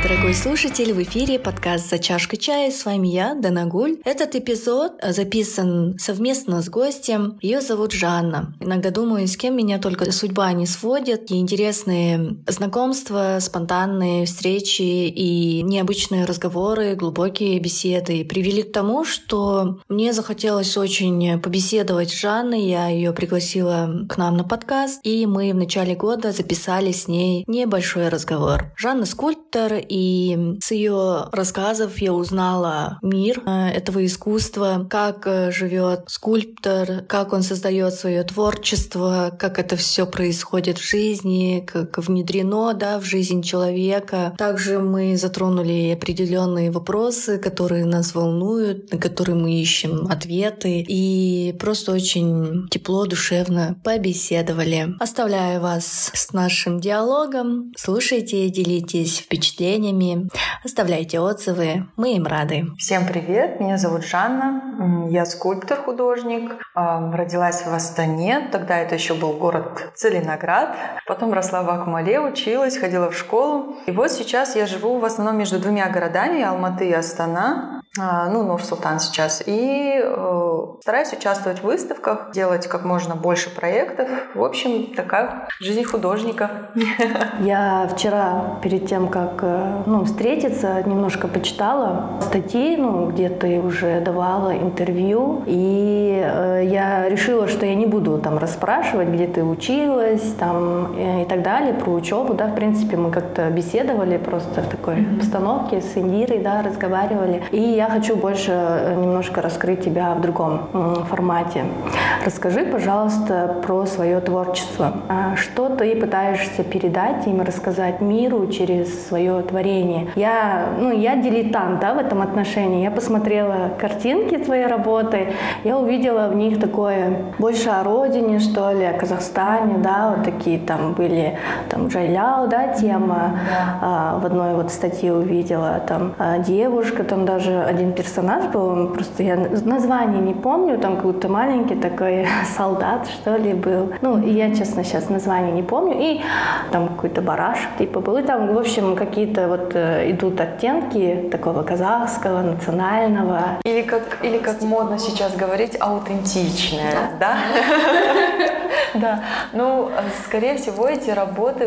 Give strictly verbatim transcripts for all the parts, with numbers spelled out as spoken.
Дорогой слушатель, в эфире подкаст «За чашкой чая». С вами я, Дана Гуль. Этот эпизод записан совместно с гостем. Ее зовут Жанна. Иногда думаю, с кем меня только судьба не сводит. И интересные знакомства, спонтанные встречи и необычные разговоры, глубокие беседы привели к тому, что мне захотелось очень побеседовать с Жанной. Я ее пригласила к нам на подкаст, и мы в начале года записали с ней небольшой разговор. Жанна — скульптор, и с ее рассказов я узнала мир этого искусства, как живет скульптор, как он создает свое творчество, как это все происходит в жизни, как внедрено, да, в жизнь человека. Также мы затронули определенные вопросы, которые нас волнуют, на которые мы ищем ответы, и просто очень тепло, душевно побеседовали. Оставляю вас с нашим диалогом. Слушайте, делитесь впечатлениями, оставляйте отзывы, мы им рады. Всем привет, меня зовут Жанна, я скульптор-художник, родилась в Астане, тогда это еще был город Целиноград, потом росла в Акмоле, училась, ходила в школу, и вот сейчас я живу в основном между двумя городами, Алматы и Астана, ну, Нур-Султан сейчас, и э, стараюсь участвовать в выставках, делать как можно больше проектов. В общем, такая жизнь художника. Я вчера, перед тем, как ну, встретиться, немножко почитала статьи, ну, где ты уже давала интервью, и э, я решила, что я не буду там расспрашивать, где ты училась, там, и, и так далее, про учебу, да, в принципе, мы как-то беседовали просто в такой mm-hmm. обстановке с Индирой, да, разговаривали, и я хочу больше немножко раскрыть тебя в другом м, формате. Расскажи, пожалуйста, про свое творчество. Что ты пытаешься передать им, рассказать миру через свое творение? Я, ну, я дилетант, да, в этом отношении. Я посмотрела картинки твоей работы, я увидела в них такое больше о родине, что ли, о Казахстане, да, вот такие там были, там, Жайляу, да, тема. А, в одной вот статье увидела, там, девушка, там даже один персонаж был, просто я название не помню, там какой-то маленький такой солдат, что ли, был. Ну, и я, честно, сейчас название не помню. И там какой-то барашек типа был. И там, в общем, какие-то вот идут оттенки такого казахского, национального. Или как, или как модно сейчас говорить, аутентичное, да? Да, ну, скорее всего, эти работы,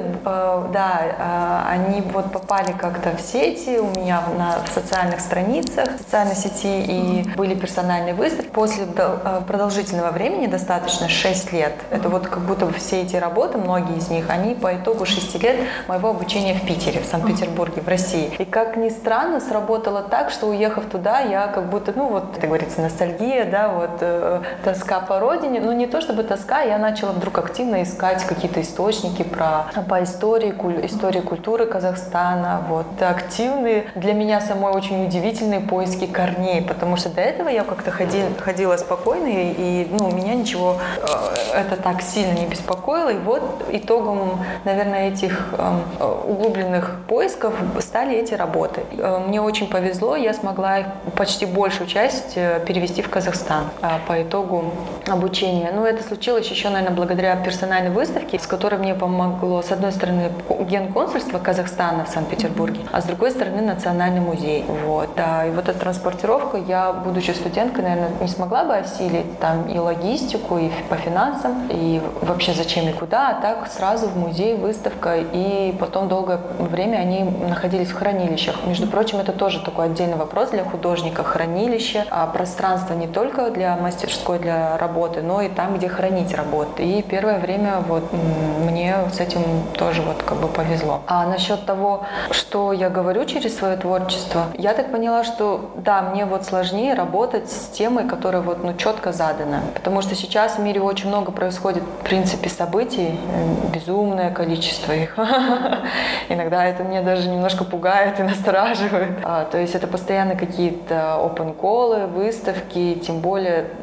да, они вот попали как-то в сети у меня на, в социальных страницах, в социальной сети, и были персональные выставки. После продолжительного времени, достаточно шесть лет, это вот как будто все эти работы, многие из них, они по итогу шести лет моего обучения в Питере, в Санкт-Петербурге, в России. И как ни странно, сработало так, что, уехав туда, я как будто, ну вот, как говорится, ностальгия, да, вот, э, тоска по родине, ну не то чтобы тоска, я начала вдруг активно искать какие-то источники про, по истории, куль, истории культуры Казахстана, вот, активные, для меня самой очень удивительные поиски корней, потому что до этого я как-то ходила, ходила спокойно, и, и ну, меня ничего э, это так сильно не беспокоило, и вот итогом, наверное, этих э, углубленных поисков стали эти работы. Э, мне очень повезло, я смогла почти большую часть перевести в Казахстан э, по итогу обучения. Ну, это случилось еще, наверное, благодаря персональной выставке, с которой мне помогло, с одной стороны, Генконсульство Казахстана в Санкт-Петербурге, а с другой стороны, Национальный музей. Вот, да, и вот эта транспортировка, я, будучи студенткой, наверное, не смогла бы осилить там и логистику, и по финансам, и вообще зачем и куда, а так сразу в музей, выставка, и потом долгое время они находились в хранилищах. Между прочим, это тоже такой отдельный вопрос для художника. Хранилище, а пространство не только для мастерской, для работы, но и там, где хранить работы. И первое время вот мне с этим тоже вот как бы повезло. А насчет того, что я говорю через свое творчество, я так поняла, что да, мне вот сложнее работать с темой, которая вот ну четко задана. Потому что сейчас в мире очень много происходит, в принципе, событий, безумное количество их. Иногда это меня даже немножко пугает и настораживает. А, то есть это постоянно какие-то open call, выставки, тем более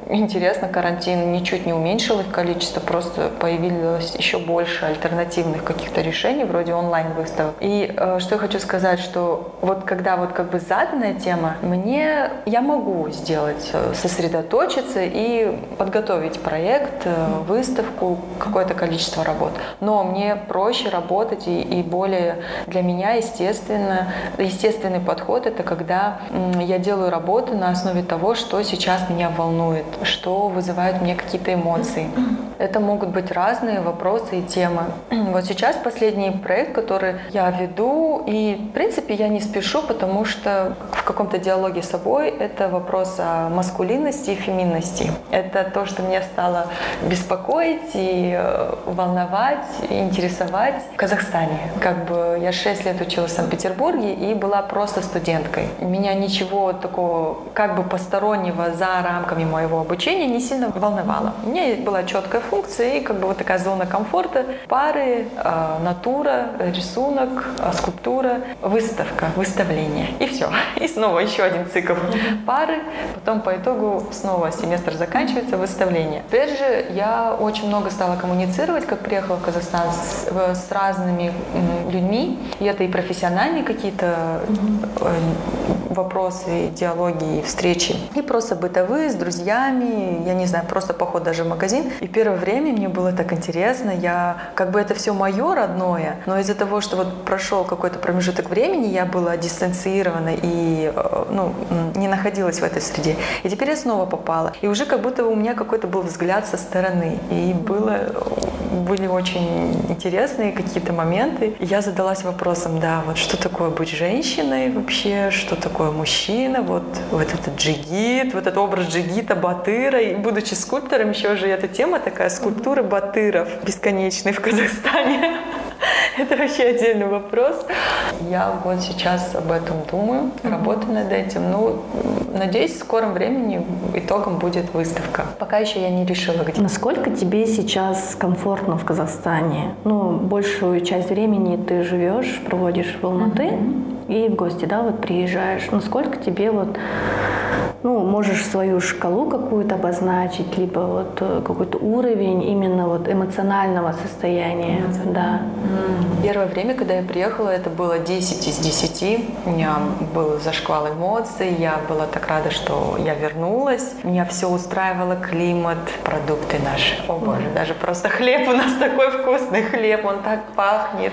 интересно, карантин ничуть не уменьшил их количество, просто появилось еще больше альтернативных каких-то решений, вроде онлайн-выставок. И э, что я хочу сказать, что вот когда вот как бы заданная тема, мне, я могу сделать, сосредоточиться и подготовить проект, выставку, какое-то количество работ. Но мне проще работать и, и более для меня, естественно, естественный подход — это когда я делаю работу на основе того, что сейчас меня волнует, что вызывает мне какие-то эмоции. Это могут быть разные вопросы и темы. Вот сейчас последний проект, который я веду, и в принципе я не спешу, потому что в каком-то диалоге с собой это вопрос о маскулинности и феминности. Это то, что меня стало беспокоить и волновать, и интересовать в Казахстане. Как бы я шесть лет училась в Санкт-Петербурге и была просто студенткой. Меня ничего такого как бы постороннего за рамками моего обучения не сильно волновало. У меня была четкая функция и как бы вот такая зона комфорта. Пары, э, натура, рисунок, э, скульптура, выставка, выставление. И все. И снова еще один цикл. Пары, потом по итогу снова семестр заканчивается, выставление. Теперь же я очень много стала коммуницировать, как приехала в Казахстан, с, с разными м, людьми. И это и профессиональные какие-то э, вопросы, диалоги, встречи. И просто бытовые, с друзьями, я не знаю, просто поход даже в магазин. И первое время мне было так интересно. Я, как бы это все мое родное, но из-за того, что вот прошел какой-то промежуток времени, я была дистанцирована и ну, не находилась в этой среде. И теперь я снова попала. И уже как будто у меня какой-то был взгляд со стороны. И было, были очень интересные какие-то моменты. И я задалась вопросом, да, вот что такое быть женщиной вообще, что такое мужчина, вот, вот этот джигит, вот этот образ джигита, батыра. И будучи скульптором, еще же эта тема такая, скульптуры батыров бесконечные в Казахстане. Это вообще отдельный вопрос. Я вот сейчас об этом думаю, работаю над этим. Ну, надеюсь, в скором времени итогом будет выставка. Пока еще я не решила, где. Насколько тебе сейчас комфортно в Казахстане? Ну, большую часть времени ты живешь, проводишь в Алматы mm-hmm. и в гости, да, вот приезжаешь. Насколько тебе вот, ну, можешь свою шкалу какую-то обозначить, либо вот какой-то уровень именно вот эмоционального состояния, mm-hmm. да. Mm-hmm. Первое время, когда я приехала, это было десять из десяти. У меня был зашквал эмоций, я была так рада, что я вернулась. Меня все устраивало, климат, продукты наши. О боже, даже просто хлеб у нас такой вкусный хлеб, он так пахнет.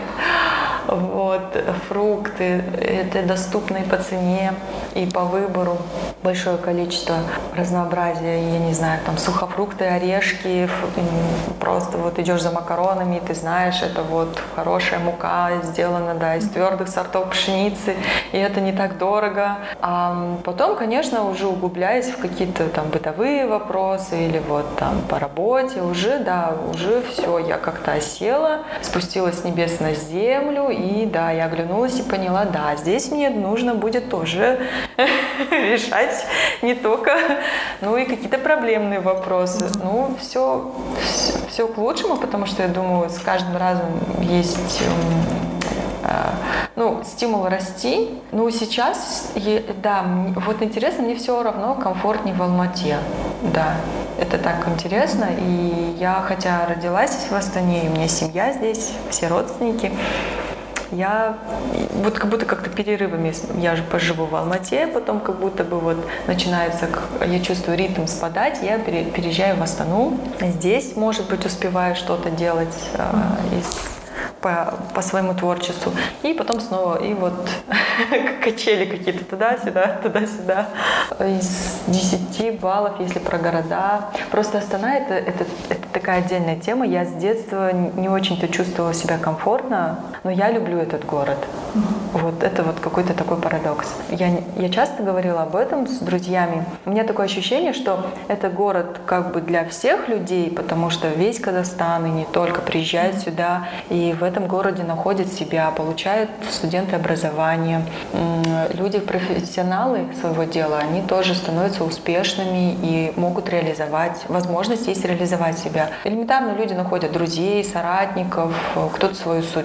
Вот, фрукты, это доступно и по цене, и по выбору. Большое количество разнообразия, я не знаю, там сухофрукты, орешки, просто вот идешь за макаронами, и ты знаешь, это вот хорошая мука, сделана, да, из твердых сортов пшеницы, и это не так дорого. А потом, конечно, уже углубляясь в какие-то там бытовые вопросы или вот там по работе, уже, да, уже все, я как-то осела, спустилась с небес на землю, и да, я оглянулась и поняла, да, здесь мне нужно будет тоже решать не только, ну и какие-то проблемные вопросы. Ну, все, все, все к лучшему, потому что я думаю, с каждым разом есть ну, стимул расти. Ну, сейчас, да, вот интересно, мне все равно комфортнее в Алмате. Да, это так интересно. И я, хотя родилась в Астане, у меня семья здесь, все родственники, я вот как будто как-то перерывами, я же поживу в Алмате, потом как будто бы вот начинается, я чувствую ритм спадать, я переезжаю в Астану. Здесь, может быть, успеваю что-то делать э, из По, по своему творчеству. И потом снова, и вот качели какие-то туда-сюда, туда-сюда. Из десяти баллов, если про города. Просто Астана это, это, это такая отдельная тема. Я с детства не очень-то чувствовала себя комфортно, но я люблю этот город. Mm-hmm. Вот это вот какой-то такой парадокс. Я, я часто говорила об этом с друзьями. У меня такое ощущение, что это город как бы для всех людей, потому что весь Казахстан и не только приезжает mm-hmm. сюда, и в этом городе находят себя, получают студенты образования. Люди-профессионалы своего дела, они тоже становятся успешными и могут реализовать, возможность есть реализовать себя. Элементарно люди находят друзей, соратников, кто-то свою судьбу,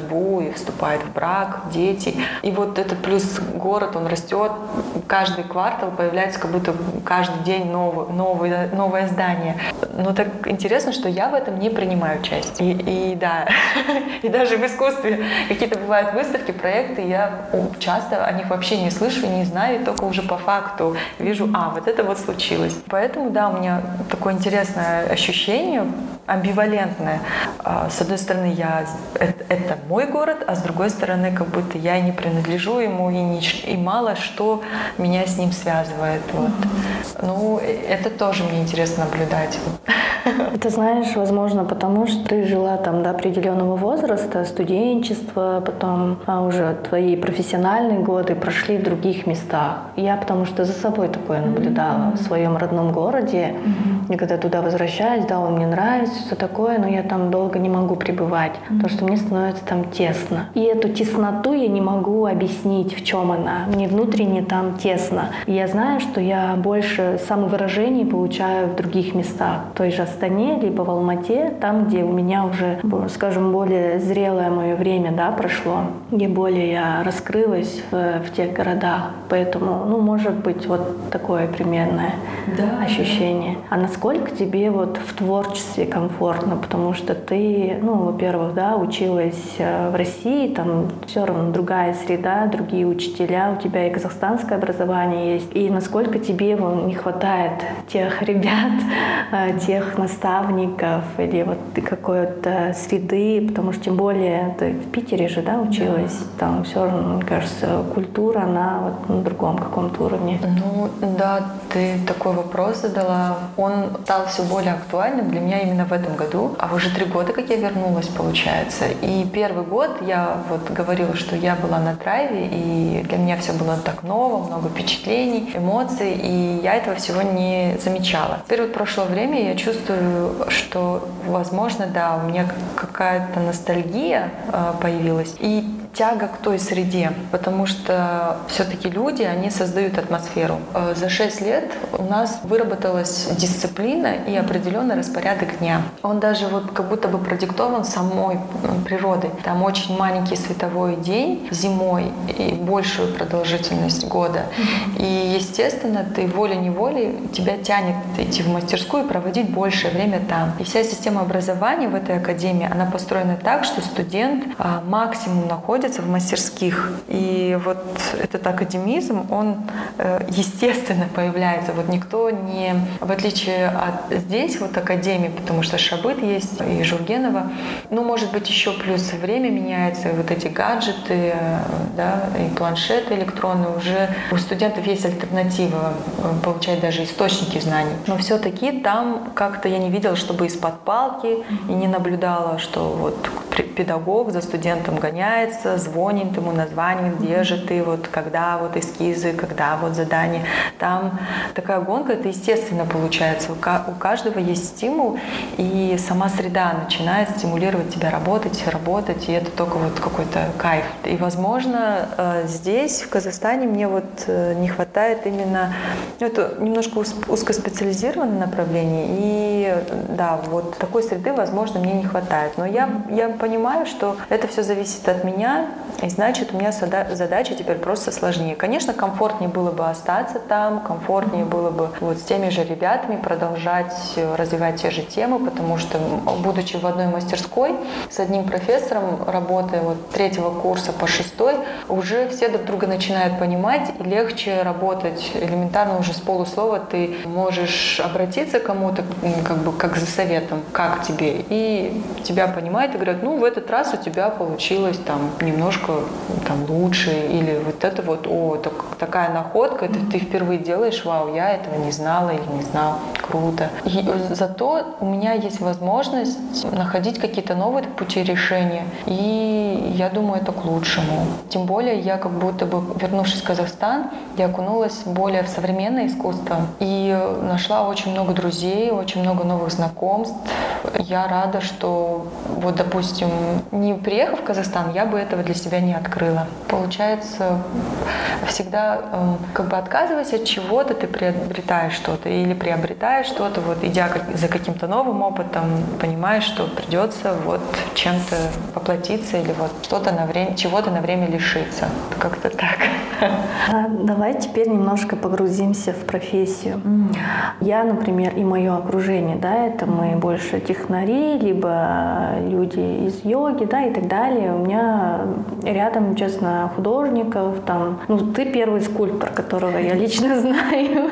и вступает в брак, дети. И вот этот плюс город, он растет, каждый квартал появляется как будто каждый день новое, новое, новое здание. Но так интересно, что я в этом не принимаю участие. И, и да, и даже в искусстве какие-то бывают выставки, проекты, я часто о них вообще не слышу, не знаю, и только уже по факту вижу, а, вот это вот случилось. Поэтому, да, у меня такое интересное ощущение, амбивалентное. С одной стороны, я, это, это мой город, а с другой стороны, как будто я не принадлежу ему, и, не, и мало что меня с ним связывает. Вот. Ну, это тоже мне интересно наблюдать. Это, знаешь, возможно, потому что ты жила там до определенного возраста, студенчество, потом а уже твои профессиональные годы прошли в других местах. Я потому что за собой такое наблюдала mm-hmm. в своем родном городе. Mm-hmm. И когда туда возвращаюсь, да, он мне нравится, все такое, но я там долго не могу пребывать, mm-hmm. потому что мне становится там тесно. И эту тесноту я не могу объяснить, в чем она. Мне внутренне там тесно. И я знаю, что я больше самовыражений получаю в других местах. В той же Астане, либо в Алмате, там, где у меня уже, скажем, более зрелое мое время, да, прошло, где более я раскрылась в, в тех городах. Поэтому, ну, может быть, вот такое примерное да, ощущение. Да. А насколько тебе вот в творчестве комфортно? Потому что ты, ну, во-первых, да, училась в России, там все равно другая среда, другие учителя, у тебя и казахстанское образование есть. И насколько тебе вон, не хватает тех ребят, тех наставников или вот какой-то среды, потому что тем более ты в Питере же, да, училась, да. Там все равно, мне кажется, культура, она вот на другом каком-то уровне. Ну да, ты такой вопрос задала. Он стал все более актуальным для меня именно в этом году. А уже три года, как я вернулась, получается. И первый год я вот говорила, что я была на драйве, и для меня все было так ново, много впечатлений, эмоций, и я этого всего не замечала. Теперь вот прошло время, и я чувствую, что, возможно, да, у меня какая-то ностальгия э, появилась и тяга к той среде, потому что все-таки люди, они создают атмосферу. Э, за шесть лет у нас выработалась дисциплина и определенный распорядок дня. Он даже вот как будто бы продиктован самой природой. Там очень маленький световой день зимой и большую продолжительность года. И, естественно, ты волей-неволей тебя тянет идти в мастерскую и проводить большее время там. И вся система образования в этой академии, она построена так, что студент а, максимум находится в мастерских. И вот этот академизм, он э, естественно появляется. Вот никто не, в отличие от здесь вот академии, потому что Шабыт есть и Жургенова, ну, может быть, еще плюс время меняется, и вот эти гаджеты, да, и планшеты электронные, уже у студентов есть альтернатива получать даже источники знаний. Но все-таки там как-то я не видела, чтобы из-под палки, и не наблюдала, что вот педагог за студентом гоняется, звонит ему, названивает, где же ты, вот когда вот эскизы, когда вот задания. Там такая гонка, это естественно получается. У каждого есть стимул, и сама среда начинает стимулировать тебя работать, работать, и это только вот какой-то кайф. И, возможно, здесь, в Казахстане, мне вот не хватает именно, ну, это немножко узкоспециализированное направление, и да, вот такой среды, возможно, мне не хватает. Но я, я понимаю, что это все зависит от меня, и значит, у меня задача теперь просто сложнее. Конечно, комфортнее было бы остаться там, комфортнее было бы вот с теми же ребятами продолжать развивать те же темы, потому что, будучи в одной мастерской с одним профессором, работая вот третьего курса по шестой, уже все друг друга начинают понимать, и легче работать. Элементарно уже с полуслова ты можешь обратиться к кому-то, как бы как за советом, как тебе, и тебя понимают и говорят, ну, в этот раз у тебя получилось там немножко там лучше, или вот это вот, о, так, такая находка, это ты впервые делаешь, вау, я этого не знала или не знал, круто. И зато у меня есть возможность находить какие-то новые пути решения, и я думаю, это к лучшему. Тем более я как будто бы, вернувшись в Казахстан, я окунулась более в современное искусство и нашла очень много друзей, очень много новых знакомств, я рада, что вот, допустим, не приехав в Казахстан, я бы этого для себя не открыла. Получается, всегда как бы отказываясь от чего-то, ты приобретаешь что-то или приобретаешь что-то, вот идя за каким-то новым опытом, понимаешь, что придется вот чем-то поплатиться или вот что-то на время, чего-то на время лишиться. Как-то так. Давай теперь немножко погрузимся в профессию. Mm. Я, например, и мое окружение, да, это мы больше технари, либо люди из йоги, да, и так далее. У меня рядом, честно, художников, там, ну, ты первый скульптор, которого я лично знаю.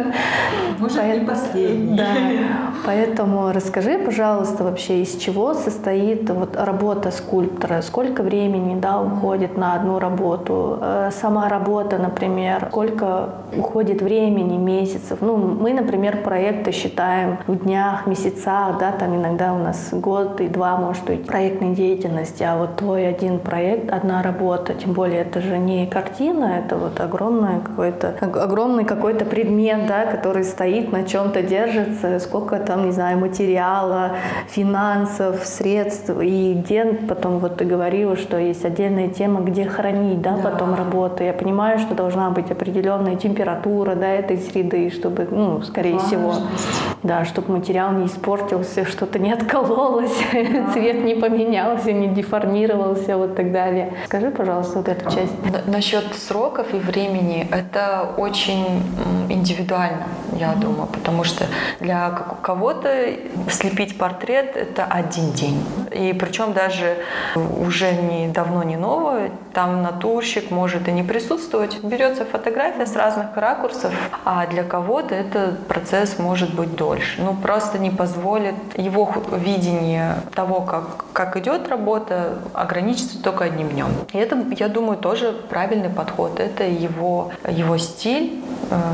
Может, не последний. Да. Поэтому расскажи, пожалуйста, вообще, из чего состоит вот работа скульптора, сколько времени, да, уходит на одну работу, сама работа, например, сколько уходит времени, месяцев. Ну, мы, например, проекты считаем в днях, месяцах, да, там иногда у нас год и два, может быть, проектной деятельности, а вот твой один проект, одна работа, тем более это же не картина, это вот огромный какой-то, огромный какой-то предмет, да, который стоит, на чем-то держится, сколько там, не знаю, материала, финансов, средств, и где потом, вот ты говорила, что есть отдельная тема, где хранить, да, да. потом работу. Я понимаю, что должна быть определенная температура, да, этой среды, чтобы, ну, скорее Важность. всего, да, чтобы материал не испортился, что-то не откололось, да. цвет не поменялся, не деформировался, вот так далее. Скажи, пожалуйста, вот эту часть. Насчет сроков и времени, это очень индивидуально, я mm-hmm. думаю, потому что для кого-то слепить портрет — это один день. И причем даже уже не давно, не новое, там натурщик может и не присутствовать. Берется фотография с разных ракурсов, а для кого-то этот процесс может быть дольше. Ну, просто не позволит его видение того, как, как идет работа, ограничиться только одним днем. И это, я думаю, тоже правильный подход. Это его, его стиль,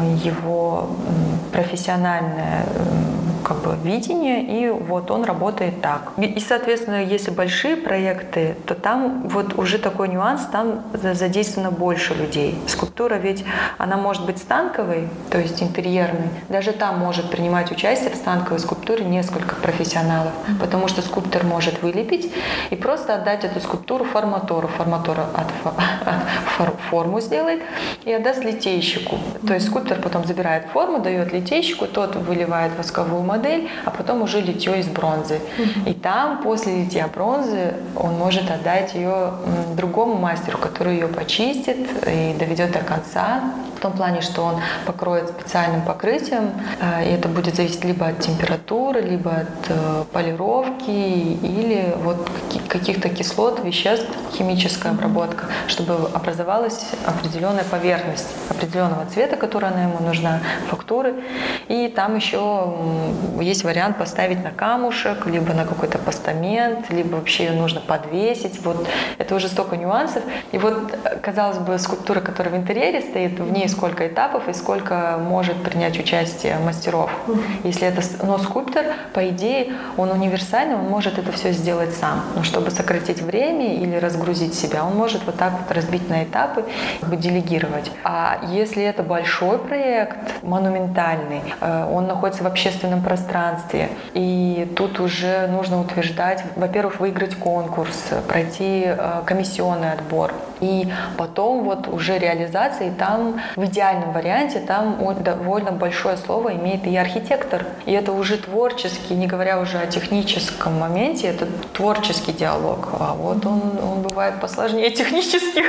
его профессиональное как бы видение, и вот он работает так. И, соответственно, если большие проекты, то там вот уже такой нюанс, там задействовано больше людей. Скульптура ведь, она может быть станковой, то есть интерьерной. Даже там может принимать участие в станковой скульптуре несколько профессионалов, потому что скульптор может вылепить и просто отдать эту скульптуру форматору. Форматор от, от, форму сделает и отдаст литейщику. То есть скульптор потом забирает форму, дает литейщику, тот выливает восковую модель, а потом уже литье из бронзы. Mm-hmm. И там после литья бронзы он может отдать ее другому мастеру, который ее почистит и доведет до конца. В том плане, что он покроет специальным покрытием, и это будет зависеть либо от температуры, либо от полировки или вот каких-то кислот, веществ, химическая обработка, чтобы образовалась определенная поверхность определенного цвета, которая она ему нужна, фактуры. И там еще есть вариант поставить на камушек, либо на какой-то постамент, либо вообще ее нужно подвесить. Вот это уже столько нюансов. И вот, казалось бы, скульптура, которая в интерьере стоит, в ней сколько этапов и сколько может принять участие мастеров. Mm-hmm. Если это, но скульптор, по идее, он универсальный, он может это все сделать сам. Но чтобы сократить время или разгрузить себя, он может вот так вот разбить на этапы, как бы делегировать. А если это большой проект, монументальный, он находится в общественном пространстве, и тут уже нужно утверждать, во-первых, выиграть конкурс, пройти комиссионный отбор, и потом вот уже реализация, и там в идеальном варианте там довольно большое слово имеет и архитектор. И это уже творческий, не говоря уже о техническом моменте, это творческий диалог. А вот он, он бывает посложнее технических.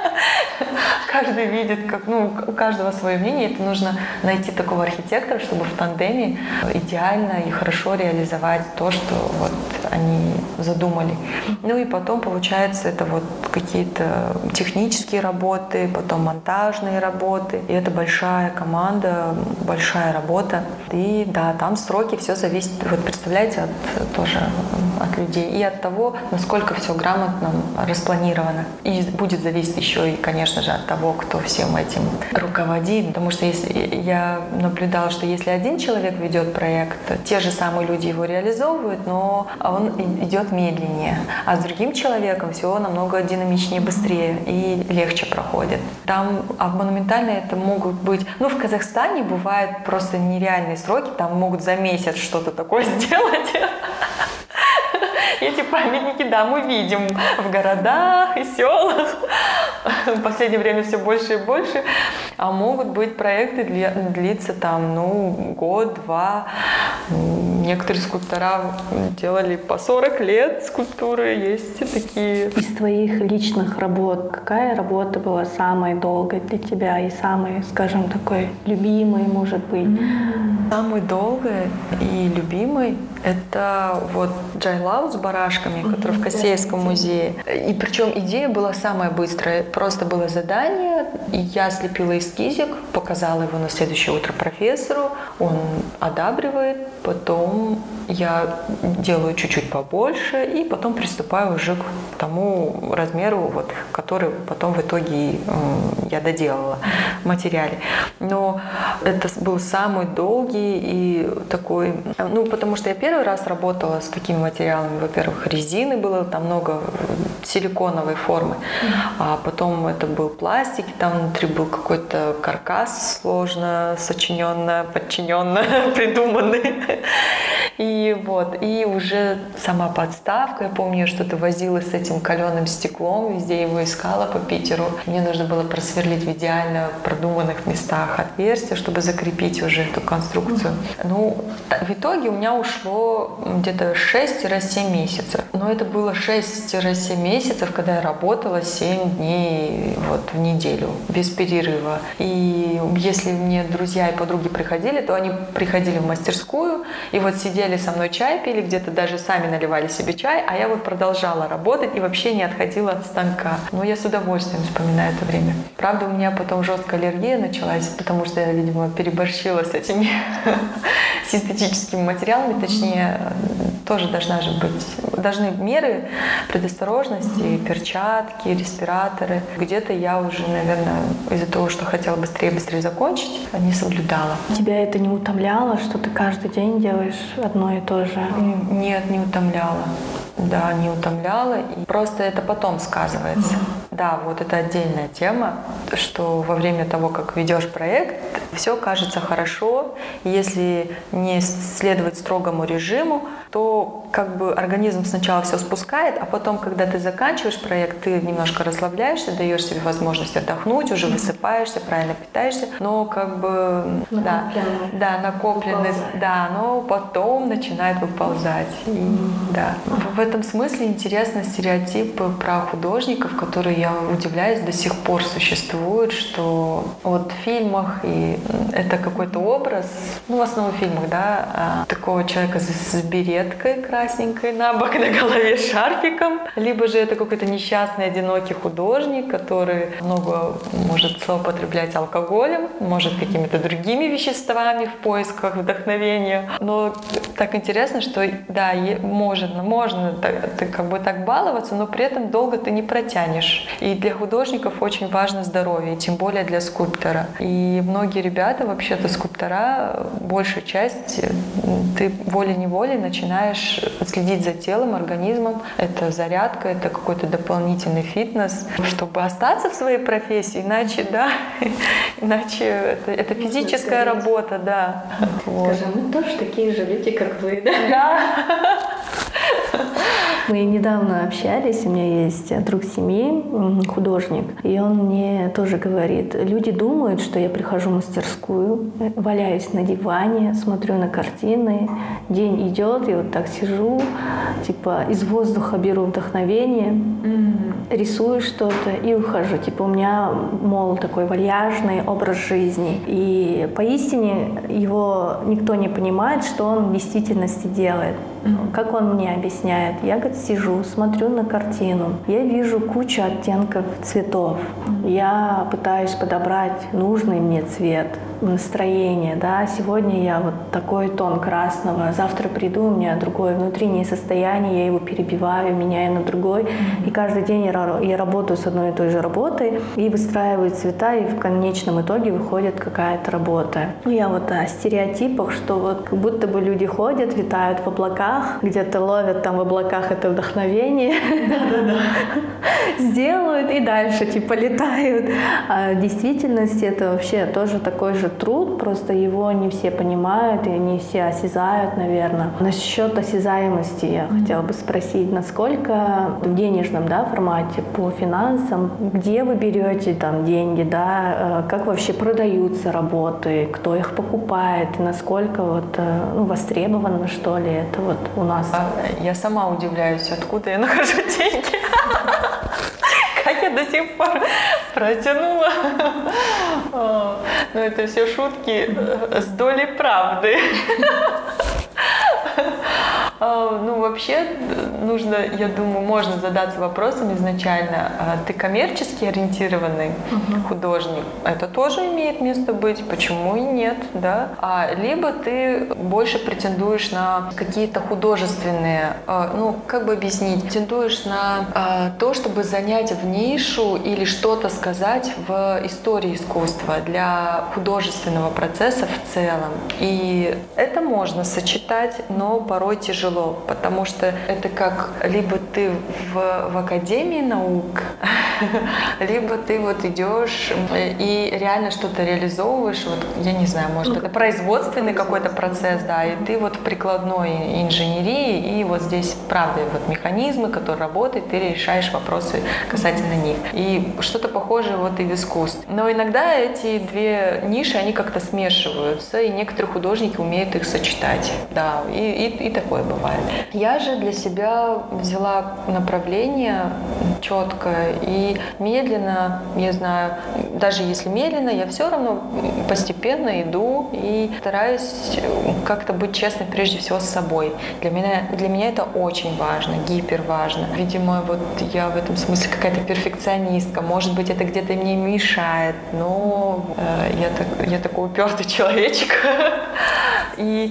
Каждый видит, как, ну, у каждого свое мнение. Это нужно найти такого архитектора, чтобы в тандеме идеально и хорошо реализовать то, что вот они задумали. Ну и потом получается это вот какие-то технические работы, потом монтажные работы. И это большая команда, большая работа. И да, там сроки, все зависит, вот представляете, от, тоже от людей. И от того, насколько все грамотно распланировано. И будет зависеть еще и, конечно же, от того, кто всем этим руководит. Потому что если я наблюдала, что если один человек ведет проект, те же самые люди его реализовывают, но он идет медленнее. А с другим человеком все намного динамичнее, быстрее и легче проходит. Там, а в монументальной это могут быть... Ну, в Казахстане бывают просто нереальные сроки, там могут за месяц что-то такое сделать. Эти памятники, да, мы видим в городах и селах. В последнее время все больше и больше. А могут быть проекты для, длиться там, ну, год-два. Некоторые скульптора делали по сорок лет скульптуры, есть и такие. Из твоих личных работ, какая работа была самой долгой для тебя и самой, скажем, такой любимой, может быть? Самый долгий и любимый — это вот Джайлау с барашками, который в Косеевском музее. И причем идея была самая быстрая. Просто было задание, и я слепила эскизик, показала его на следующее утро профессору, он одабривает, потом я делаю чуть-чуть побольше, и потом приступаю уже к тому размеру, вот, который потом в итоге э, я доделала в материале. Но это был самый долгий и такой, ну, потому что я первый раз работала с такими материалами. Во-первых, резины было, там много силиконовой формы, а потом это был пластик, и там внутри был какой-то каркас сложно сочиненно, подчиненно придуманный. И вот, и уже сама подставка, я помню, я что-то возила с этим каленым стеклом, везде его искала по Питеру. Мне нужно было просверлить в идеально продуманных местах отверстия, чтобы закрепить уже эту конструкцию. Ну, в итоге у меня ушло где-то шесть-семь месяцев. Но это было шесть-семь месяцев, когда я работала семь дней вот, в неделю, без перерыва. И если мне друзья и подруги приходили, то они приходили в мастерскую, и вот сидели со мной чай пили, где-то даже сами наливали себе чай, а я вот продолжала работать и вообще не отходила от станка. Но я с удовольствием вспоминаю это время. Правда, у меня потом жесткая аллергия началась, потому что я, видимо, переборщила с этими синтетическими материалами, точнее, тоже должна же быть, должны меры предосторожности, перчатки, респираторы. Где-то я уже, наверное, из-за того, что хотела быстрее-быстрее закончить, не соблюдала. Тебя это не утомляло, что ты каждый день делаешь одно и то же? Нет, не утомляло. Да, не утомляло. И просто это потом сказывается. Mm-hmm. Да, вот это отдельная тема, что во время того, как ведешь проект, все кажется хорошо. И если не следовать строгому режиму, то как бы организм сначала все спускает, а потом, когда ты заканчиваешь проект, ты немножко расслабляешься, даешь себе возможность отдохнуть, уже высыпаешься, правильно питаешься, но как бы да, да, накопленность, да, но потом начинает выползать. И, да. В этом смысле интересно стереотипы про художников, которые, я удивляюсь, до сих пор существуют, что вот в фильмах и это какой-то образ, ну в основном в фильмах, да, такого человека с береткой красненькой на бок, на голове шарфиком, либо же это какой-то несчастный, одинокий художник, который много может злоупотреблять алкоголем, может какими-то другими веществами в поисках вдохновения. Но так интересно, что да, можно, можно ты как бы так баловаться, но при этом долго ты не протянешь. И для художников очень важно здоровье, тем более для скульптора. И многие ребята, вообще-то скульптора, большая часть, ты волей-неволей начинаешь следить за телом, организмом. Это зарядка, это какой-то дополнительный фитнес, чтобы остаться в своей профессии, иначе, да, иначе это, это физическая работа, да. Вот. Скажи, мы тоже такие же люди, как вы, да? Да. Мы недавно общались, у меня есть друг семьи, художник, и он мне тоже говорит, люди думают, что я прихожу в мастерскую, валяюсь на диване, смотрю на картины, день идет, я вот так сижу, типа из воздуха беру вдохновение, mm-hmm. рисую что-то и ухожу. Типа у меня, мол, такой вальяжный образ жизни. И поистине его никто не понимает, что он в действительности делает. Mm-hmm. Как он мне объясняет? Я, говорит, сижу, смотрю на картину, я вижу кучу оттенков цветов. Mm-hmm. Я пытаюсь подобрать нужный мне цвет, настроение, да, сегодня я вот такой тон красного, завтра приду, у меня другое внутреннее состояние, я его перебиваю, меняю на другой, mm-hmm. и каждый день я, я работаю с одной и той же работой и выстраиваю цвета, и в конечном итоге выходит какая-то работа. Я вот о стереотипах, что вот как будто бы люди ходят, витают в облаках, облаках, где-то ловят там в облаках это вдохновение, сделают и дальше типа летают. А в действительности это вообще тоже такой же труд, просто его не все понимают и не все осязают, наверное. Насчет осязаемости я хотела бы спросить, насколько в денежном, да, формате, по финансам, где вы берете там деньги, да, как вообще продаются работы, кто их покупает, и насколько вот, ну, востребовано, что ли, это вот у нас. Я сама удивляюсь, откуда я нахожу деньги. Как я до сих пор протянула. Но это все шутки с долей правды. Ну, вообще, нужно, я думаю, можно задаться вопросом изначально. Ты коммерчески ориентированный uh-huh. художник? Это тоже имеет место быть. Почему и нет, да? А, либо ты больше претендуешь на какие-то художественные, ну, как бы объяснить, претендуешь на то, чтобы занять в нишу или что-то сказать в истории искусства для художественного процесса в целом. И это можно сочетать, но порой тяжело, потому что это как либо ты в, в академии наук, либо ты вот идешь и реально что-то реализовываешь, вот, я не знаю, может, это производственный какой-то процесс, да, и ты вот в прикладной инженерии, и вот здесь, правда, вот механизмы, которые работают, ты решаешь вопросы касательно них. И что-то похожее вот и в искусстве. Но иногда эти две ниши, они как-то смешиваются, и некоторые художники умеют их сочетать, да, и, и, и такое бывает. Я же для себя взяла направление четкое и медленно, я знаю, даже если медленно, я все равно постепенно иду и стараюсь как-то быть честной прежде всего с собой. Для меня, для меня это очень важно, гипер важно. Видимо, вот я в этом смысле какая-то перфекционистка. Может быть, это где-то мне мешает, но э, я, так, я такой упертый человечек. И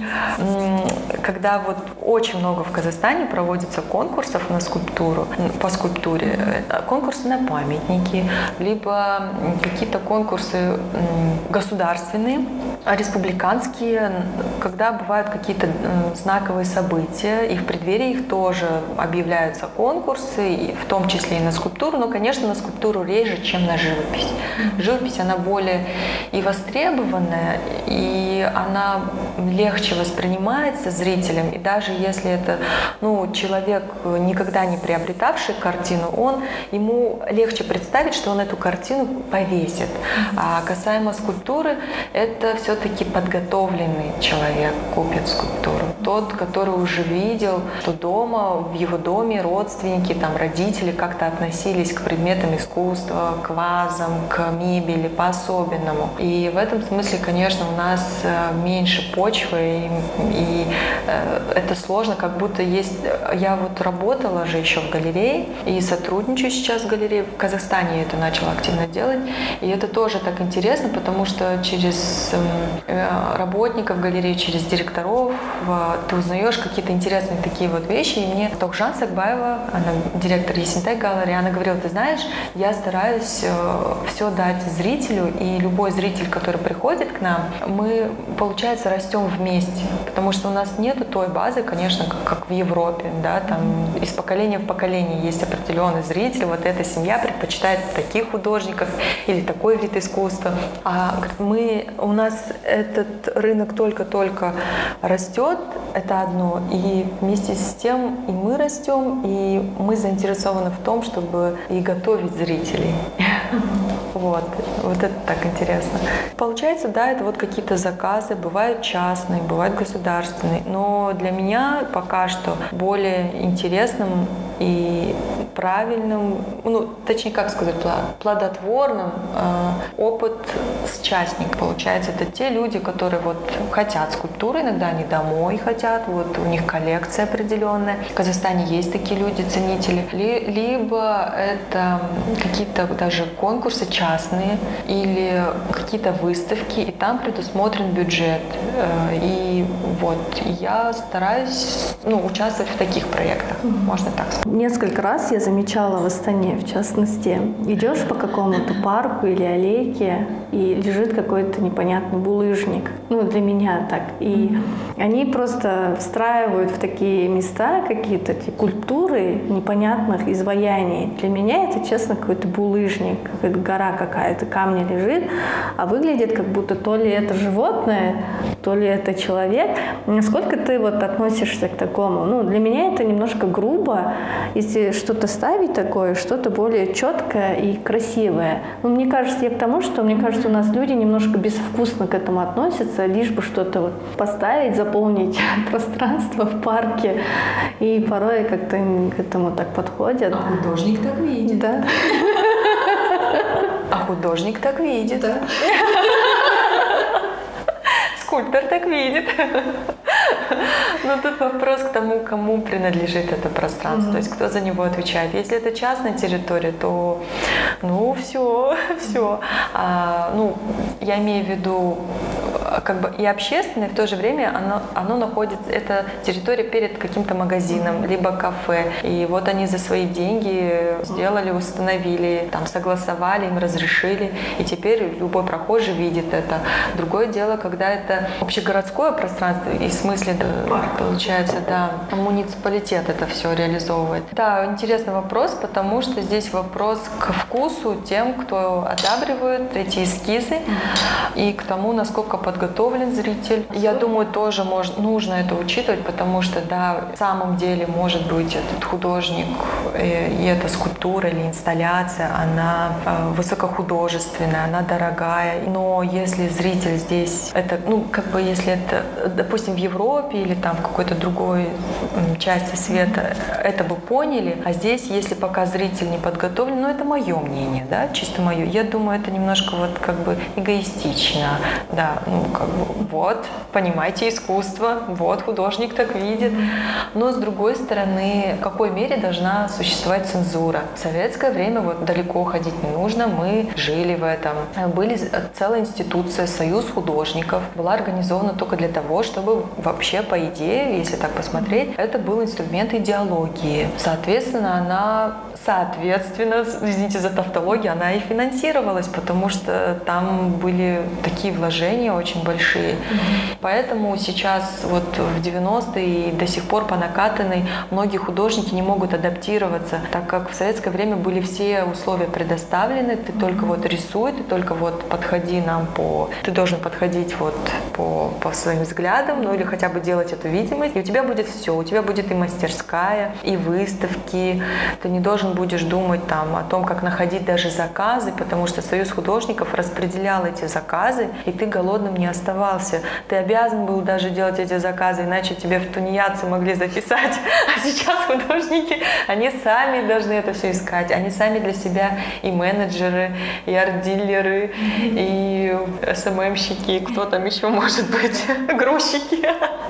когда вот очень много в Казахстане проводится конкурсов на скульптуру, по скульптуре, конкурсы на памятники, либо какие-то конкурсы государственные, республиканские, когда бывают какие-то знаковые события, и в преддверии их тоже объявляются конкурсы, и в том числе и на скульптуру, но, конечно, на скульптуру реже, чем на живопись. Живопись, она более и востребованная, и она легче воспринимается зрителем, и даже если это, ну, человек, никогда не приобретавший картину, он, ему легче представить, что он эту картину повесит. А касаемо скульптуры, это все-таки подготовленный человек купит скульптуру. Тот, который уже видел, что дома, в его доме родственники, там, родители как-то относились к предметам искусства, к вазам, к мебели по-особенному. И в этом смысле, конечно, у нас меньше почвы, и, и это сложно, как будто есть... Я вот работала же еще в галерее и сотрудничаю сейчас в галерее. В Казахстане я это начала активно делать. И это тоже так интересно, потому что через работников галереи, через директоров ты узнаешь какие-то интересные такие вот вещи. И мне Тохжан Сакбаева, она директор Есентай галереи, она говорила: ты знаешь, я стараюсь все дать зрителю, и любой зритель, который приходит к нам, мы, получается, растем вместе, потому что у нас нету той базы, конечно, как, как в Европе, да, там из поколения в поколение есть определенный зритель, вот эта семья предпочитает таких художников или такой вид искусства. А мы, у нас этот рынок только-только растет, это одно, и вместе с тем и мы растем, и мы заинтересованы в том, чтобы и готовить зрителей. Вот, вот это так интересно. Получается, да, это вот какие-то заказы, бывают частные, бывают государственные, но для меня пока что более интересным и правильным, ну, точнее, как сказать, плодотворным э, опыт с частником. Получается, это те люди, которые вот хотят скульптуры, иногда они домой хотят, вот у них коллекция определенная. В Казахстане есть такие люди, ценители. Ли, либо это какие-то даже конкурсы частные или какие-то выставки, и там предусмотрен бюджет. Э, и вот я стараюсь, ну, участвовать в таких проектах, можно так сказать. Несколько раз я я замечала в Астане, в частности. Идешь по какому-то парку или аллейке, и лежит какой-то непонятный булыжник. Ну, для меня так. И они просто встраивают в такие места какие-то эти культуры непонятных изваяний. Для меня это, честно, какой-то булыжник, какая-то гора какая-то, камня лежит, а выглядит как будто то ли это животное, то ли это человек. Насколько ты вот относишься к такому? Ну, для меня это немножко грубо, если что-то ставить такое, что-то более четкое и красивое. Но мне кажется, я к тому, что мне кажется, у нас люди немножко безвкусно к этому относятся, лишь бы что-то вот поставить, заполнить пространство в парке, и порой как-то к этому так подходят. А художник так видит. Да. А художник так видит. Да. Скульптор так видит. Но тут вопрос к тому, кому принадлежит это пространство, mm-hmm. то есть кто за него отвечает. Если это частная территория, то ну все, все. А, ну, я имею в виду как бы и общественное, в то же время оно, оно находится, это территория перед каким-то магазином, либо кафе. И вот они за свои деньги сделали, установили, там согласовали, им разрешили. И теперь любой прохожий видит это. Другое дело, когда это общегородское пространство, и в смысле, получается, да, муниципалитет это все реализовывает. Да, интересный вопрос, потому что здесь вопрос к вкусу тем, кто одабривает эти эскизы, и к тому, насколько подготовлен зритель. Я думаю, тоже можно, нужно это учитывать, потому что, да, в самом деле, может быть, этот художник и эта скульптура или инсталляция, она высокохудожественная, она дорогая, но если зритель здесь, это, ну, как бы, если это, допустим, в Европе или там в какой-то другой части света, это бы поняли, а здесь, если пока зритель не подготовлен, ну, это мое мнение, да, чисто мое, я думаю, это немножко вот как бы эгоистично, да, ну, как бы, вот, понимаете искусство, вот, художник так видит, но, с другой стороны, в какой мере должна существовать цензура? В советское время вот далеко ходить не нужно, мы жили в этом, были целая институция, союз художников, была организована только для того, чтобы вообще, по идее, если так посмотреть, это был инструмент идеологии. Соответственно, она, соответственно, извините за тавтологию, она и финансировалась, потому что там были такие вложения очень большие. Mm-hmm. Поэтому сейчас вот в девяностые и до сих пор по накатанной многие художники не могут адаптироваться, так как в советское время были все условия предоставлены, ты mm-hmm. только вот рисуй, ты только вот подходи нам по... Ты должен подходить вот по, по своим взглядам, ну или хотя бы делать эту видимость, и у тебя будет все, у тебя будет и мастерская, и выставки, ты не должен будешь думать там о том, как находить даже заказы, потому что Союз художников распределял эти заказы, и ты голодным не оставался. Ты обязан был даже делать эти заказы, иначе тебе в тунеядцы могли записать. А сейчас художники, они сами должны это все искать. Они сами для себя и менеджеры, и арт-дилеры, и эс эм эм-щики, кто там еще может быть, грузчики.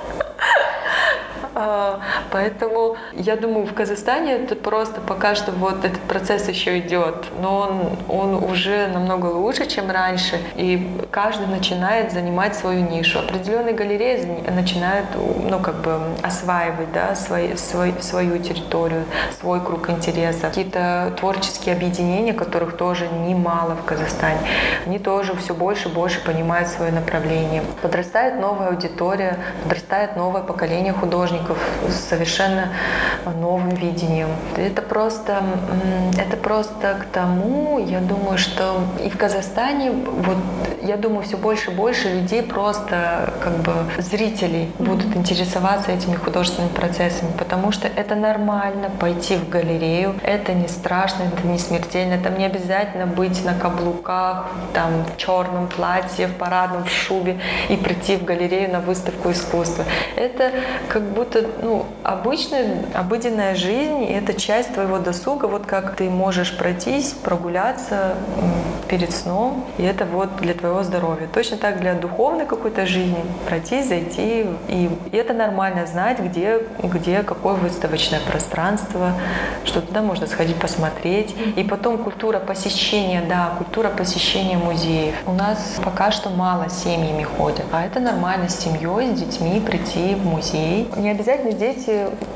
Поэтому я думаю, в Казахстане это просто пока что вот этот процесс еще идет, но он, он уже намного лучше, чем раньше, и каждый начинает занимать свою нишу. Определенные галереи начинают, ну, как бы осваивать, да, свои, свой, свою территорию, свой круг интересов. Какие-то творческие объединения, которых тоже немало в Казахстане, они тоже все больше и больше понимают свое направление. Подрастает новая аудитория, подрастает новое поколение художников с совершенно новым видением. Это просто, это просто к тому, я думаю, что и в Казахстане, вот, я думаю, все больше и больше людей просто, как бы, зрителей будут интересоваться этими художественными процессами, потому что это нормально пойти в галерею, это не страшно, это не смертельно, там не обязательно быть на каблуках, там, в черном платье, в парадном, в шубе и прийти в галерею на выставку искусства. Это как будто, ну, обычная, обыденная жизнь, и это часть твоего досуга, вот как ты можешь пройтись, прогуляться перед сном, и это вот для твоего здоровья. Точно так для духовной какой-то жизни пройтись, зайти, и, и это нормально знать, где, где какое выставочное пространство, что туда можно сходить посмотреть, и потом культура посещения, да, культура посещения музеев. У нас пока что мало семьями ходят, а это нормально с семьей, с детьми прийти в музей. Не обязательно дети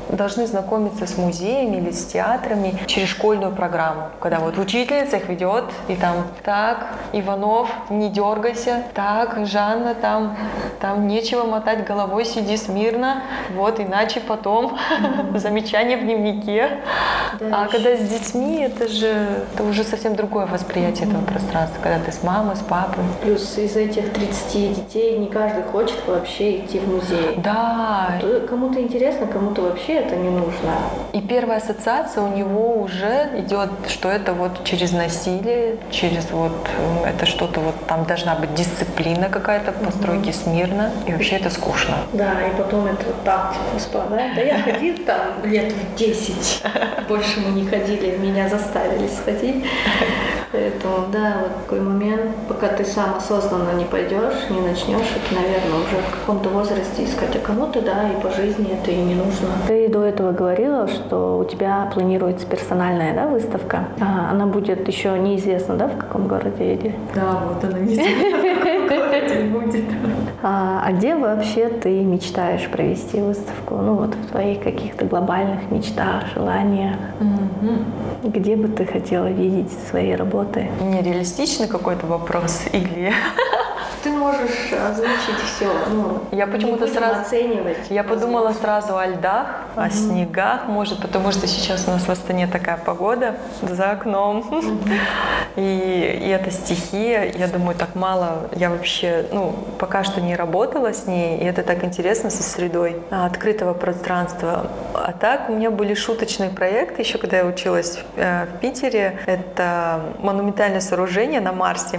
должны знакомиться с музеями или с театрами через школьную программу, когда вот учительница их ведет, и там, так, Иванов, не дергайся, так, Жанна, там, там нечего мотать головой, сиди смирно, вот, иначе потом замечание в дневнике. А когда с детьми, это же это уже совсем другое восприятие этого пространства, когда ты с мамой, с папой. Плюс из этих тридцати детей не каждый хочет вообще идти в музей. Да. Кому-то интересно, кому-то вообще это не нужно. И первая ассоциация у него уже идет, что это вот через насилие, через вот это что-то вот там должна быть дисциплина какая-то, постройки mm-hmm. смирно, и вообще это скучно. Да, и потом это вот так типа спадает. Да я ходил там лет в десять, больше мы не ходили, меня заставили сходить. Поэтому, да, вот такой момент, пока ты сам осознанно не пойдешь, не начнешь, это, наверное, уже в каком-то возрасте искать, а кому-то, да, и по жизни это и не нужно. Ты до этого говорила, что у тебя планируется персональная, да, выставка. А, она будет еще неизвестно, да, в каком городе или? Да, вот она неизвестно, в каком городе будет. А, а где вообще ты мечтаешь провести выставку? Ну вот в твоих каких-то глобальных мечтах, желаниях. Mm-hmm. Где бы ты хотела видеть свои работы? Нереалистичный какой-то вопрос или... Ты можешь озвучить все. Ну, я почему-то сразу оценивать. Я подумала сразу о льдах, mm-hmm. о снегах, может, потому что сейчас у нас в Астане такая погода за окном. Mm-hmm. И, и это стихия. Я думаю, так мало. Я вообще, ну, пока что не работала с ней, и это так интересно со средой открытого пространства. А так у меня были шуточные проекты, еще когда я училась в, э, в Питере. Это монументальное сооружение на Марсе.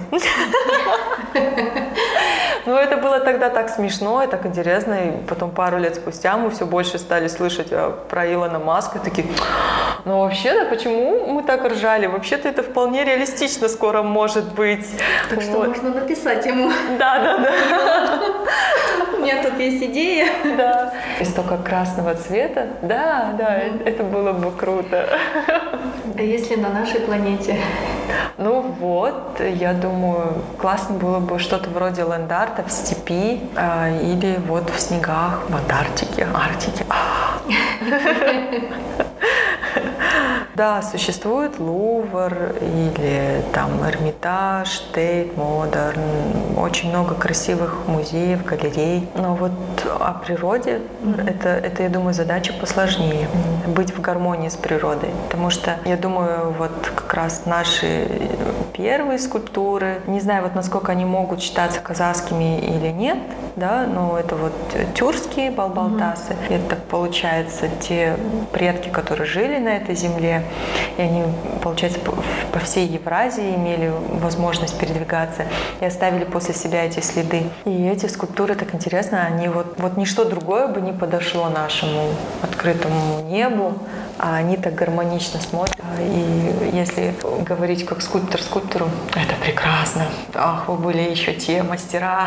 Ну, это было тогда так смешно и так интересно. И потом пару лет спустя мы все больше стали слышать про Илона Маска. И такие, ну вообще-то, почему мы так ржали? Вообще-то это вполне реалистично скоро может быть. Так вот. Что можно написать ему. Да, да, да. У меня тут есть идея. Да. Истолько красного цвета. Да, да, это было бы круто. А если на нашей планете? Ну вот, я думаю, классно было бы что-то вроде ленд-арта в степи э, или вот в снегах, в Антарктике, Арктике. Да, существует Лувр или там Эрмитаж, Тейт, Модерн, очень много красивых музеев, галерей. Но вот о природе mm-hmm. это, это, я думаю, задача посложнее. Mm-hmm. Быть в гармонии с природой. Потому что, я думаю, вот как раз наши первые скульптуры, не знаю, вот насколько они могут считаться казахскими или нет, да, но это вот тюркские балбалтасы. Mm-hmm. Это, получается, те предки, которые жили на этой земле, и они, получается, по всей Евразии имели возможность передвигаться и оставили после себя эти следы. И эти скульптуры, так интересно, они вот, вот ничто другое бы не подошло нашему открытому небу, а они так гармонично смотрят. И если говорить как скульптор скульптору, это прекрасно. Ах, вы были еще те мастера.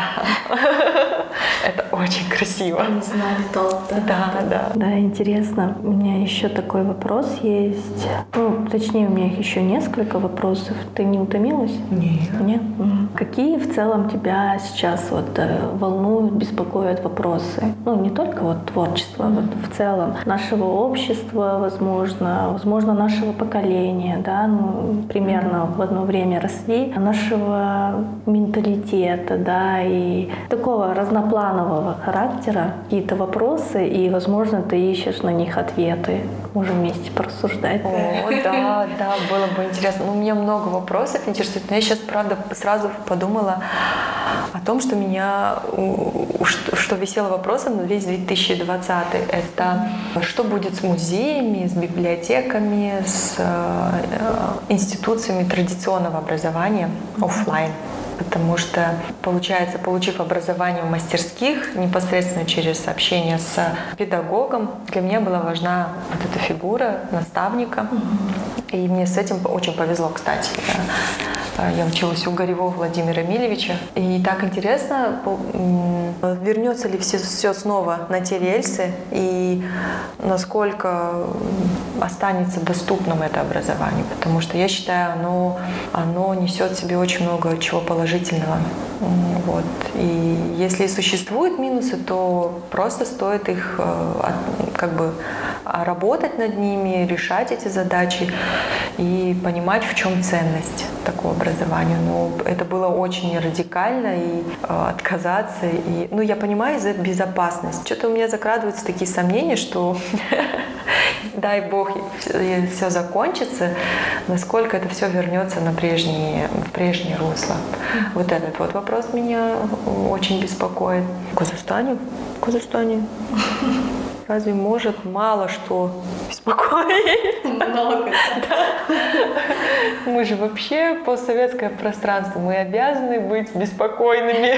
Это очень красиво. Они знали толк. Да, да. Да, интересно. У меня еще такой вопрос есть. Ну, точнее, у меня их еще несколько вопросов. Ты не утомилась? Нет. Нет? Угу. Какие в целом тебя сейчас вот волнуют, беспокоят вопросы? Ну, не только вот творчество, mm-hmm. вот в целом нашего общества, возможно, возможно, нашего поколения, да, ну, примерно mm-hmm. в одно время росли, нашего менталитета, да, и такого разнопланового характера, какие-то вопросы, и, возможно, ты ищешь на них ответы. Можем вместе порассуждать. О, да, да, было бы интересно. Ну, у меня много вопросов интересует, но я сейчас, правда, сразу подумала о том, что меня, что висело вопросом весь две тысячи двадцатый. Это что будет с музеями, с библиотеками, с институциями традиционного образования офлайн. Потому что, получается, получив образование в мастерских, непосредственно через общение с педагогом, для меня была важна вот эта фигура наставника. И мне с этим очень повезло, кстати. Да. Я училась у Горевого Владимира Эмильевича. И так интересно, вернется ли все, все снова на те рельсы и насколько останется доступным это образование. Потому что я считаю, оно, оно несет в себе очень много чего положительного. Вот. И если и существуют минусы, то просто стоит их как бы работать над ними, решать эти задачи и понимать, в чем ценность такого образования. Но это было очень радикально, и э, отказаться. И, ну, я понимаю за безопасность. Что-то у меня закрадываются такие сомнения, что дай Бог, все закончится, насколько это все вернется на прежние, в прежнее русло. Вот этот вот вопрос меня очень беспокоит. В Казахстане? В Казахстане? Разве может мало что беспокоить? Много. Да. Мы же вообще постсоветское пространство, мы обязаны быть беспокойными.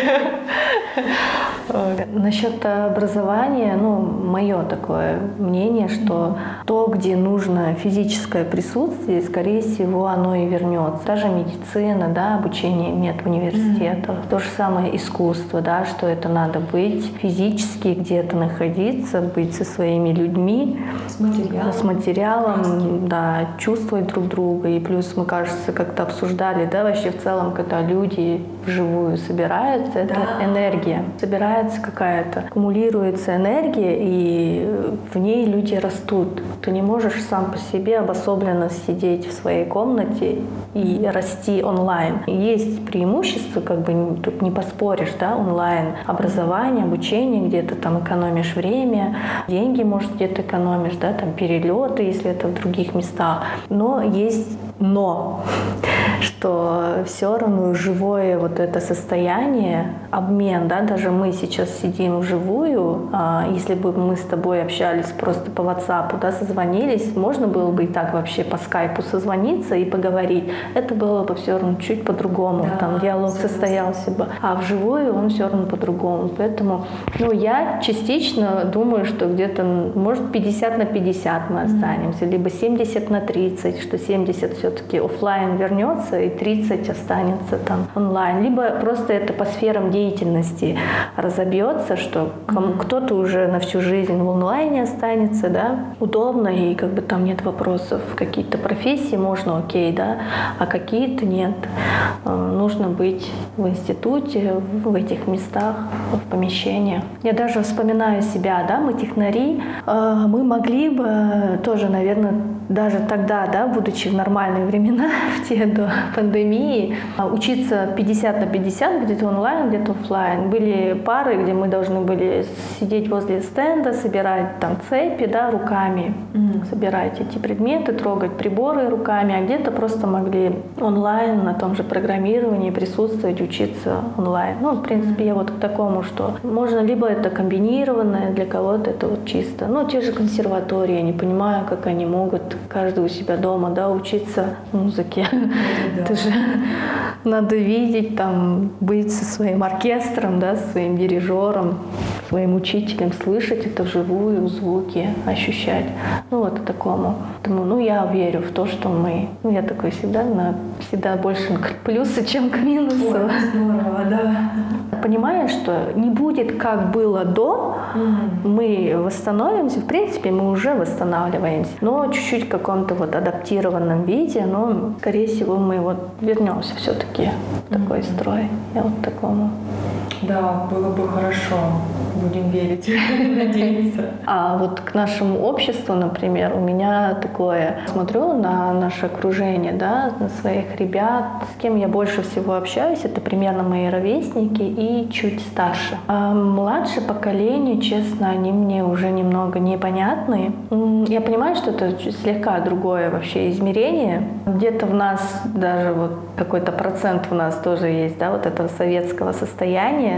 Насчет образования, ну, мое такое мнение, что то, где нужно физическое присутствие, скорее всего, оно и вернется. Та же медицина, да, обучения нет в университетах. Mm-hmm. То же самое искусство, да, что это надо быть физически где-то находиться, быть со своими людьми, с материалом, с материалом, да, чувствовать друг друга. И плюс мы, кажется, как-то обсуждали, да, вообще в целом, когда люди вживую собираются, это да. энергия. Собирается какая-то, аккумулируется энергия, и в ней люди растут. Ты не можешь сам по себе обособленно сидеть в своей комнате и расти онлайн. Есть преимущества, как бы тут не поспоришь, да, онлайн образование, обучение, где-то там экономишь время, деньги, может, где-то экономишь, да, там перелеты, если это в других местах. Но есть но, что все равно живое вот это состояние, обмен, да, даже мы сейчас сидим вживую, а если бы мы с тобой общались просто по WhatsApp, да, созвонились, можно было бы и так вообще по скайпу созвониться и поговорить. Это было бы все равно чуть по-другому, да, там диалог состоялся бы, а вживую он все равно по-другому. Поэтому, ну, я частично думаю, что где-то, может, пятьдесят на пятьдесят мы останемся, mm-hmm. либо семьдесят на тридцать, что семьдесят все-таки офлайн вернется и тридцать останется там онлайн, либо просто это по сферам деятельности разобьется, что кому, кто-то уже на всю жизнь в онлайне останется, да, удобно, и как бы там нет вопросов. Какие-то профессии можно, окей, да, а какие-то нет. Нужно быть в институте, в этих местах, в помещениях. Я даже вспоминаю себя, да, мы технари, мы могли бы тоже, наверное, даже тогда, да, будучи в нормальные времена, в те до пандемии, учиться пятьдесят на пятьдесят, где-то онлайн, где-то офлайн. Были пары, где мы должны были сидеть возле стенда, собирать там цепи, да, руками, mm-hmm. собирать эти предметы, трогать приборы руками, а где-то просто могли онлайн на том же программировании присутствовать, учиться онлайн. Ну, в принципе, я вот к такому, что можно либо это комбинированное, для кого-то это вот чисто. Ну, те же консерватории, я не понимаю, как они могут каждый у себя дома, да, учиться музыке. Да. Это же надо видеть, там, быть со своим оркестром, да, со своим дирижером, своим учителем, слышать это вживую, звуки, ощущать. Ну, вот к такому. Поэтому, ну, я верю в то, что мы, ну, я такой всегда, на, всегда больше к плюсу, чем к минусу. Ой, здорово, да. Понимая, что не будет как было до, mm-hmm. мы восстановимся, в принципе, мы уже восстанавливаемся, но чуть-чуть в каком-то вот адаптированном виде, но, скорее всего, мы вот вернемся все-таки в такой mm-hmm. строй. Я вот такому. Да, было бы хорошо. Будем верить, надеяться. А вот к нашему обществу, например, у меня такое, смотрю на наше окружение, да, на своих ребят, с кем я больше всего общаюсь, это примерно мои ровесники и чуть старше. А младшее поколение, честно, они мне уже немного непонятны. Я понимаю, что это слегка другое вообще измерение. Где-то в нас даже вот какой-то процент у нас тоже есть, да, вот этого советского состояния.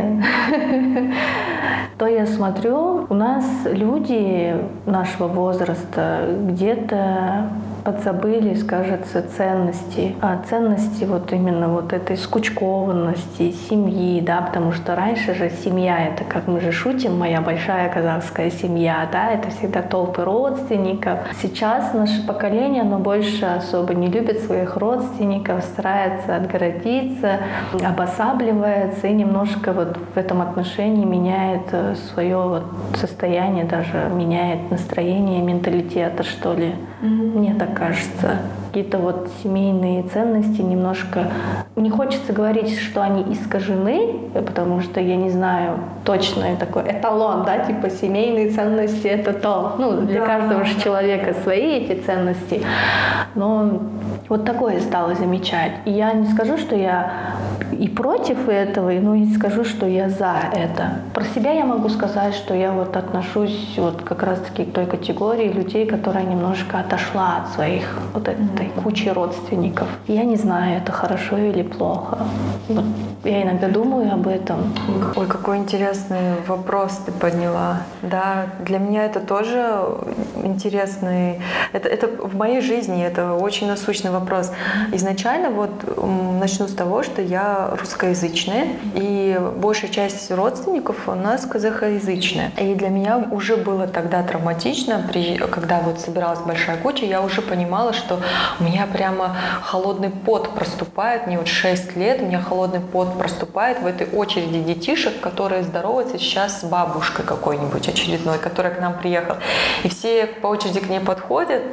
То я смотрю, у нас люди нашего возраста где-то подзабылись, кажется, ценности. А ценности вот именно вот этой скучкованности, семьи, да, потому что раньше же семья, это как мы же шутим, моя большая казахская семья, да, это всегда толпы родственников. Сейчас наше поколение, оно больше особо не любит своих родственников, старается отгородиться, обосабливается и немножко вот в этом отношении меняет свое вот состояние, даже меняет настроение менталитета, что ли. Mm-hmm. Мне так кажется. Какие-то вот семейные ценности немножко... Не хочется говорить, что они искажены, потому что я не знаю точно такой эталон, да, типа семейные ценности — это то. Ну, для да. каждого же человека свои эти ценности. Но вот такое стала замечать. И я не скажу, что я и против этого, но и не скажу, что я за это. Про себя я могу сказать, что я вот отношусь вот как раз-таки к той категории людей, которая немножко отошла от своих вот этой кучи родственников. Я не знаю, это хорошо или плохо. Вот я иногда думаю об этом. Ой, какой интересный вопрос ты подняла. Да, для меня это тоже интересный. Это, это в моей жизни это очень насущный вопрос. Изначально вот начну с того, что я русскоязычная, и большая часть родственников у нас казахоязычная. И для меня уже было тогда травматично, когда вот собиралась большая куча, я уже понимала, что у меня прямо холодный пот проступает. Мне вот шесть лет, у меня холодный пот проступает в этой очереди детишек, которые здороваются сейчас с бабушкой какой-нибудь очередной, которая к нам приехала. И все по очереди к ней подходят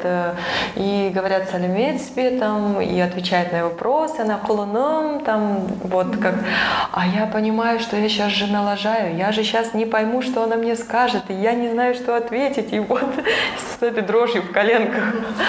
и говорят «салямет себе» там, и отвечают на вопросы, она «кулуном» там, вот как. А я понимаю, что я сейчас же налажаю, я же сейчас не пойму, что она мне скажет, и я не знаю, что ответить, и вот с этой дрожью в коленках.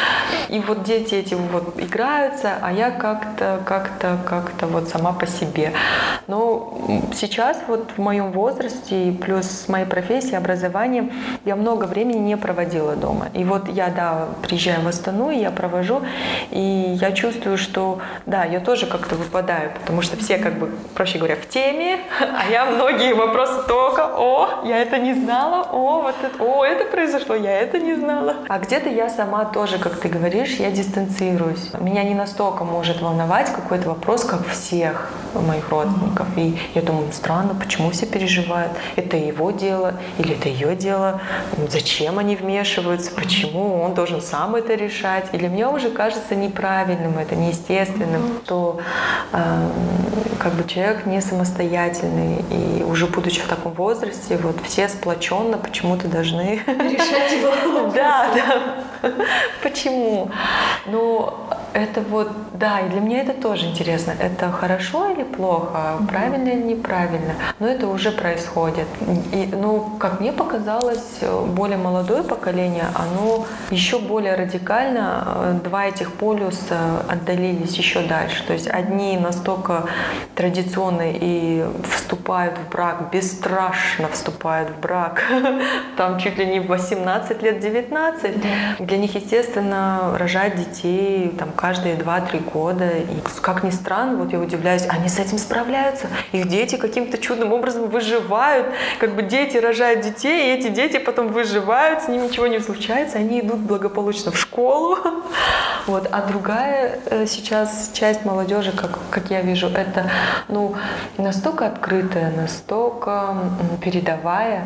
И вот дети эти вот играются, а я как-то, как-то, как-то вот сама по себе. Но сейчас вот в моем возрасте, и плюс с моей профессией, образованием, я много времени не проводила дома. И вот я, да, приезжаю в Астану, и я провожу, и я чувствую, что, да, я тоже как-то выпадаю, потому что все, как бы, проще говоря, в теме, а я многие вопросы только «О, я это не знала», «О, вот это, о, это произошло, я это не знала». А где-то я сама тоже, как ты говоришь, я дистанцируюсь. Меня не настолько может волновать какой-то вопрос, как всех моих родственников. И я думаю, странно, почему все переживают? Это его дело или это ее дело? Зачем они вмешиваются? Почему он должен сам это решать? И для меня уже кажется неправильным, это неестественным, что э, как бы человек не самостоятельный, и уже будучи в таком возрасте, вот все сплоченно почему-то должны решать его. Да, да. Почему? Ну, это вот, да, и для меня это тоже интересно. Это хорошо или плохо, правильно или неправильно? Но это уже происходит. И, ну, как мне показалось, более молодое поколение, оно еще более радикально, два этих полюса отдалились еще дальше. То есть одни настолько традиционные и вступают в брак, бесстрашно вступают в брак, там чуть ли не в восемнадцать лет, девятнадцать. Для них, естественно, рожать детей там каждые два-три года. И как ни странно, вот я удивляюсь, они с этим справляются. Их дети каким-то чудным образом выживают. Как бы дети рожают детей, и эти дети потом выживают, с ними ничего не случается, они идут благополучно в школу. Вот. А другая сейчас часть молодежи, как, как я вижу, это ну, настолько открытая, настолько передовая,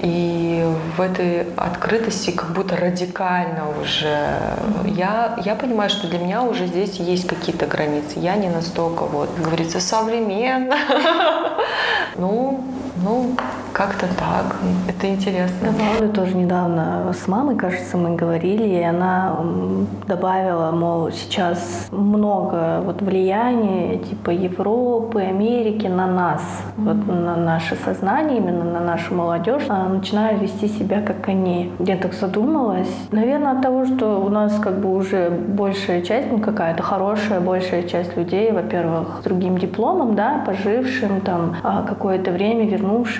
и в этой открытости как будто радикально уже. Я, я понимаю, что для меня уже здесь есть какие-то границы. Я не настолько, вот, говорится, современно. Ну, ну, как-то так. Это интересно. Правда, тоже недавно с мамой, кажется, мы говорили, и она добавила, мол, сейчас много вот влияния типа Европы, Америки на нас, mm-hmm. вот на наше сознание, именно на нашу молодежь, она начинает вести себя как они. Я так задумалась. Наверное, от того, что у нас как бы уже большая часть, ну какая-то хорошая, большая часть людей, во-первых, с другим дипломом, да, пожившим там какое-то время, вернувшиеся ребята,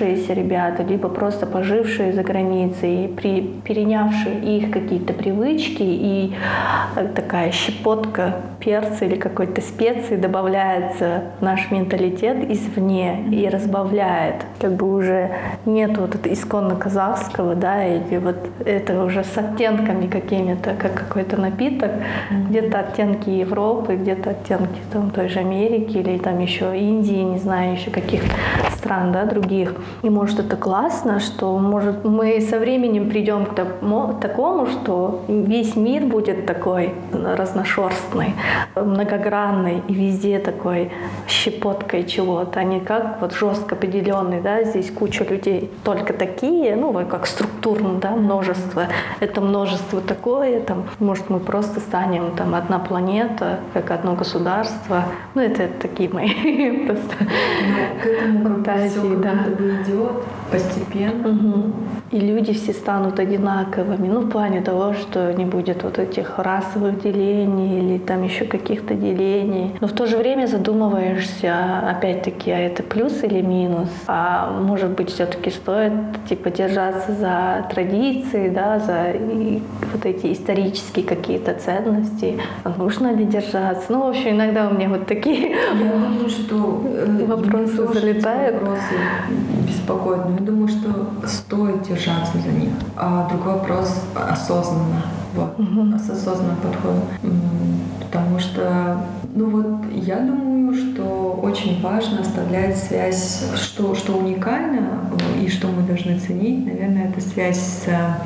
ребята, либо просто пожившие за границей, при, перенявшие их какие-то привычки, и такая щепотка перца или какой-то специи добавляется в наш менталитет извне и разбавляет. Как бы уже нет вот этого исконно казахского, да, или вот это уже с оттенками какими-то, как какой-то напиток, mm-hmm. где-то оттенки Европы, где-то оттенки там, той же Америки или там еще Индии, не знаю, еще каких стран, да, других. И может это классно, что может мы со временем придем к такому, что весь мир будет такой разношерстный, многогранный и везде такой щепоткой чего-то, а не как вот жестко поделенный, да, здесь куча людей только такие, ну вот как структурно, да, множество. Это множество такое, там, может мы просто станем там одна планета, как одно государство. Ну это такие мои просто к этому фантазии, да. Идет постепенно. Угу. И люди все станут одинаковыми, ну в плане того, что не будет вот этих расовых делений или там еще каких-то делений. Но в то же время задумываешься, опять-таки, а это плюс или минус? А может быть, все-таки стоит типа держаться за традиции, да, за и, вот эти исторические какие-то ценности? А нужно ли держаться? Ну, в общем, иногда у меня вот такие Я думаю, что вопросы залетают. Вопросы беспокоят, но я думаю, что стоит держаться за них. А другой вопрос осознанно. Вот, угу. С осознанным подходом. Потому что, ну вот, я думаю, что очень важно оставлять связь, что, что уникально и что мы должны ценить. Наверное, это связь с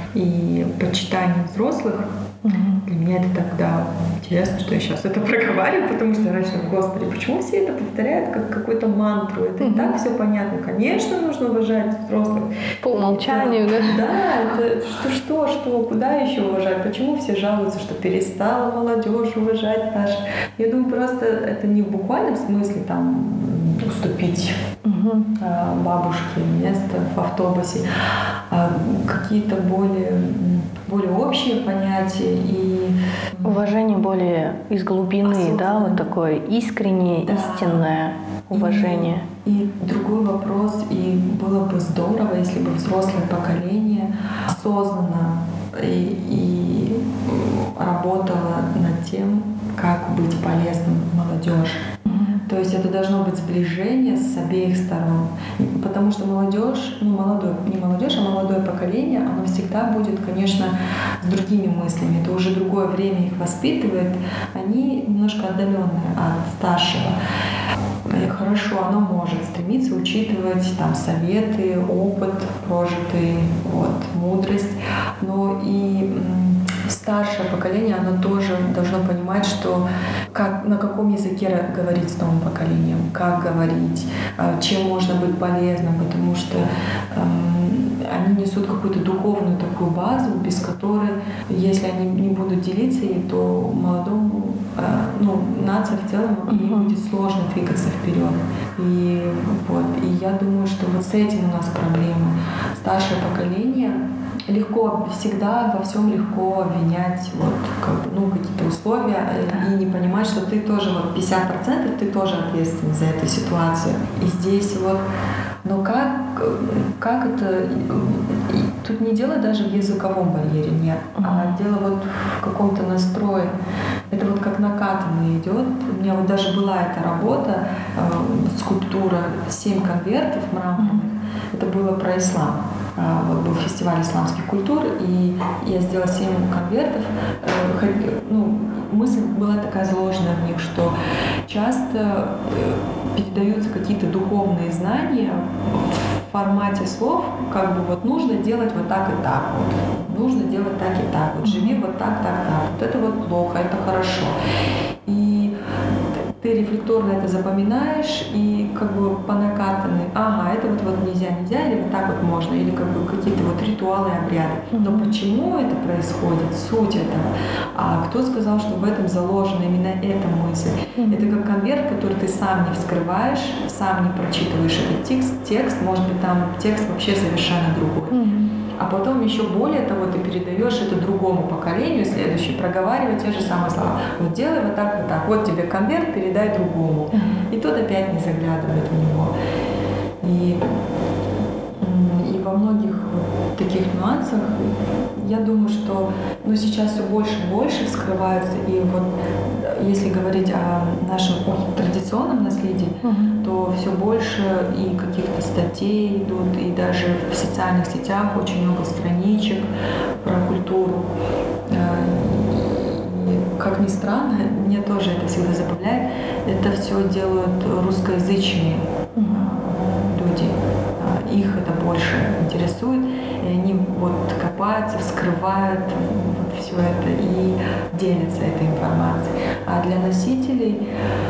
и почитанием взрослых. Угу. Для меня это тогда интересно, что я сейчас это проговариваю, потому что раньше, господи, почему все это повторяют как какую-то мантру? Это угу. и так все понятно. Конечно, нужно уважать взрослых. По умолчанию, да? Да, это что, что, что, куда еще уважать? Почему все жалуются, что перестала молодежь уважать старших? Я думаю, просто это не в буквальном смысле там уступить угу. бабушке место в автобусе, а какие-то более, более общие понятия и уважение более из глубины, да, вот такое искреннее, да. истинное уважение. И, и другой вопрос, и было бы здорово, если бы взрослое поколение осознанно и, и работало над тем, как быть полезным молодежи. То есть это должно быть сближение с обеих сторон. Потому что молодежь, ну молодой, не молодежь, а молодое поколение, оно всегда будет, конечно, с другими мыслями. Это уже другое время их воспитывает. Они немножко отдаленные от старшего. И хорошо, оно может стремиться учитывать там советы, опыт прожитый, вот, мудрость. Но и старшее поколение, оно тоже должно понимать, что как, на каком языке говорить с новым поколением, как говорить, чем можно быть полезным, потому что эм, они несут какую-то духовную такую базу, без которой, если они не будут делиться ей, то молодому, э, ну, нация в целом, ей uh-huh. будет сложно двигаться вперед. И, вот, и я думаю, что вот с этим у нас проблемы. Старшее поколение легко, всегда во всем легко обвинять вот, как, ну, какие-то условия и не понимать, что ты тоже вот пятьдесят процентов ты тоже ответственен за эту ситуацию. И здесь вот, но как, как это, тут не дело даже в языковом барьере, нет, а дело вот в каком-то настрое. Это вот как накатанно идет. У меня вот даже была эта работа, э, скульптура «Семь конвертов» мраморных. Это было про ислам. Вот был фестиваль исламских культур, и я сделала семь конвертов. Ну, мысль была такая заложенная в них, что часто передаются какие-то духовные знания в формате слов, как бы вот нужно делать вот так и так, вот, нужно делать так и так, вот живи вот так, так, так, вот это вот плохо, это хорошо. И ты рефлекторно это запоминаешь и как бы по накатанной, ага, это вот, вот нельзя, нельзя, или вот так вот можно, или как бы какие-то вот ритуалы, обряды. Но почему это происходит, суть этого? А кто сказал, что в этом заложена именно эта мысль? Это как конверт, который ты сам не вскрываешь, сам не прочитываешь этот текст, текст, может быть, там текст вообще совершенно другой. А потом еще более того, ты передаешь это другому поколению, следующее, проговаривая те же самые слова. Вот делай вот так, вот так. Вот тебе конверт, передай другому. И тот опять не заглядывает в него. И во многих вот таких нюансах я думаю, что ну, сейчас все больше и больше вскрываются. И вот если говорить о нашем традиционном наследии, uh-huh. то все больше и каких-то статей идут, и даже в социальных сетях очень много страничек про культуру. И, как ни странно, мне тоже это всегда забавляет, это все делают русскоязычные uh-huh. люди. Их это больше интересует, и они вот копаются, вскрывают вот все это и делятся этой информацией. А для носителей,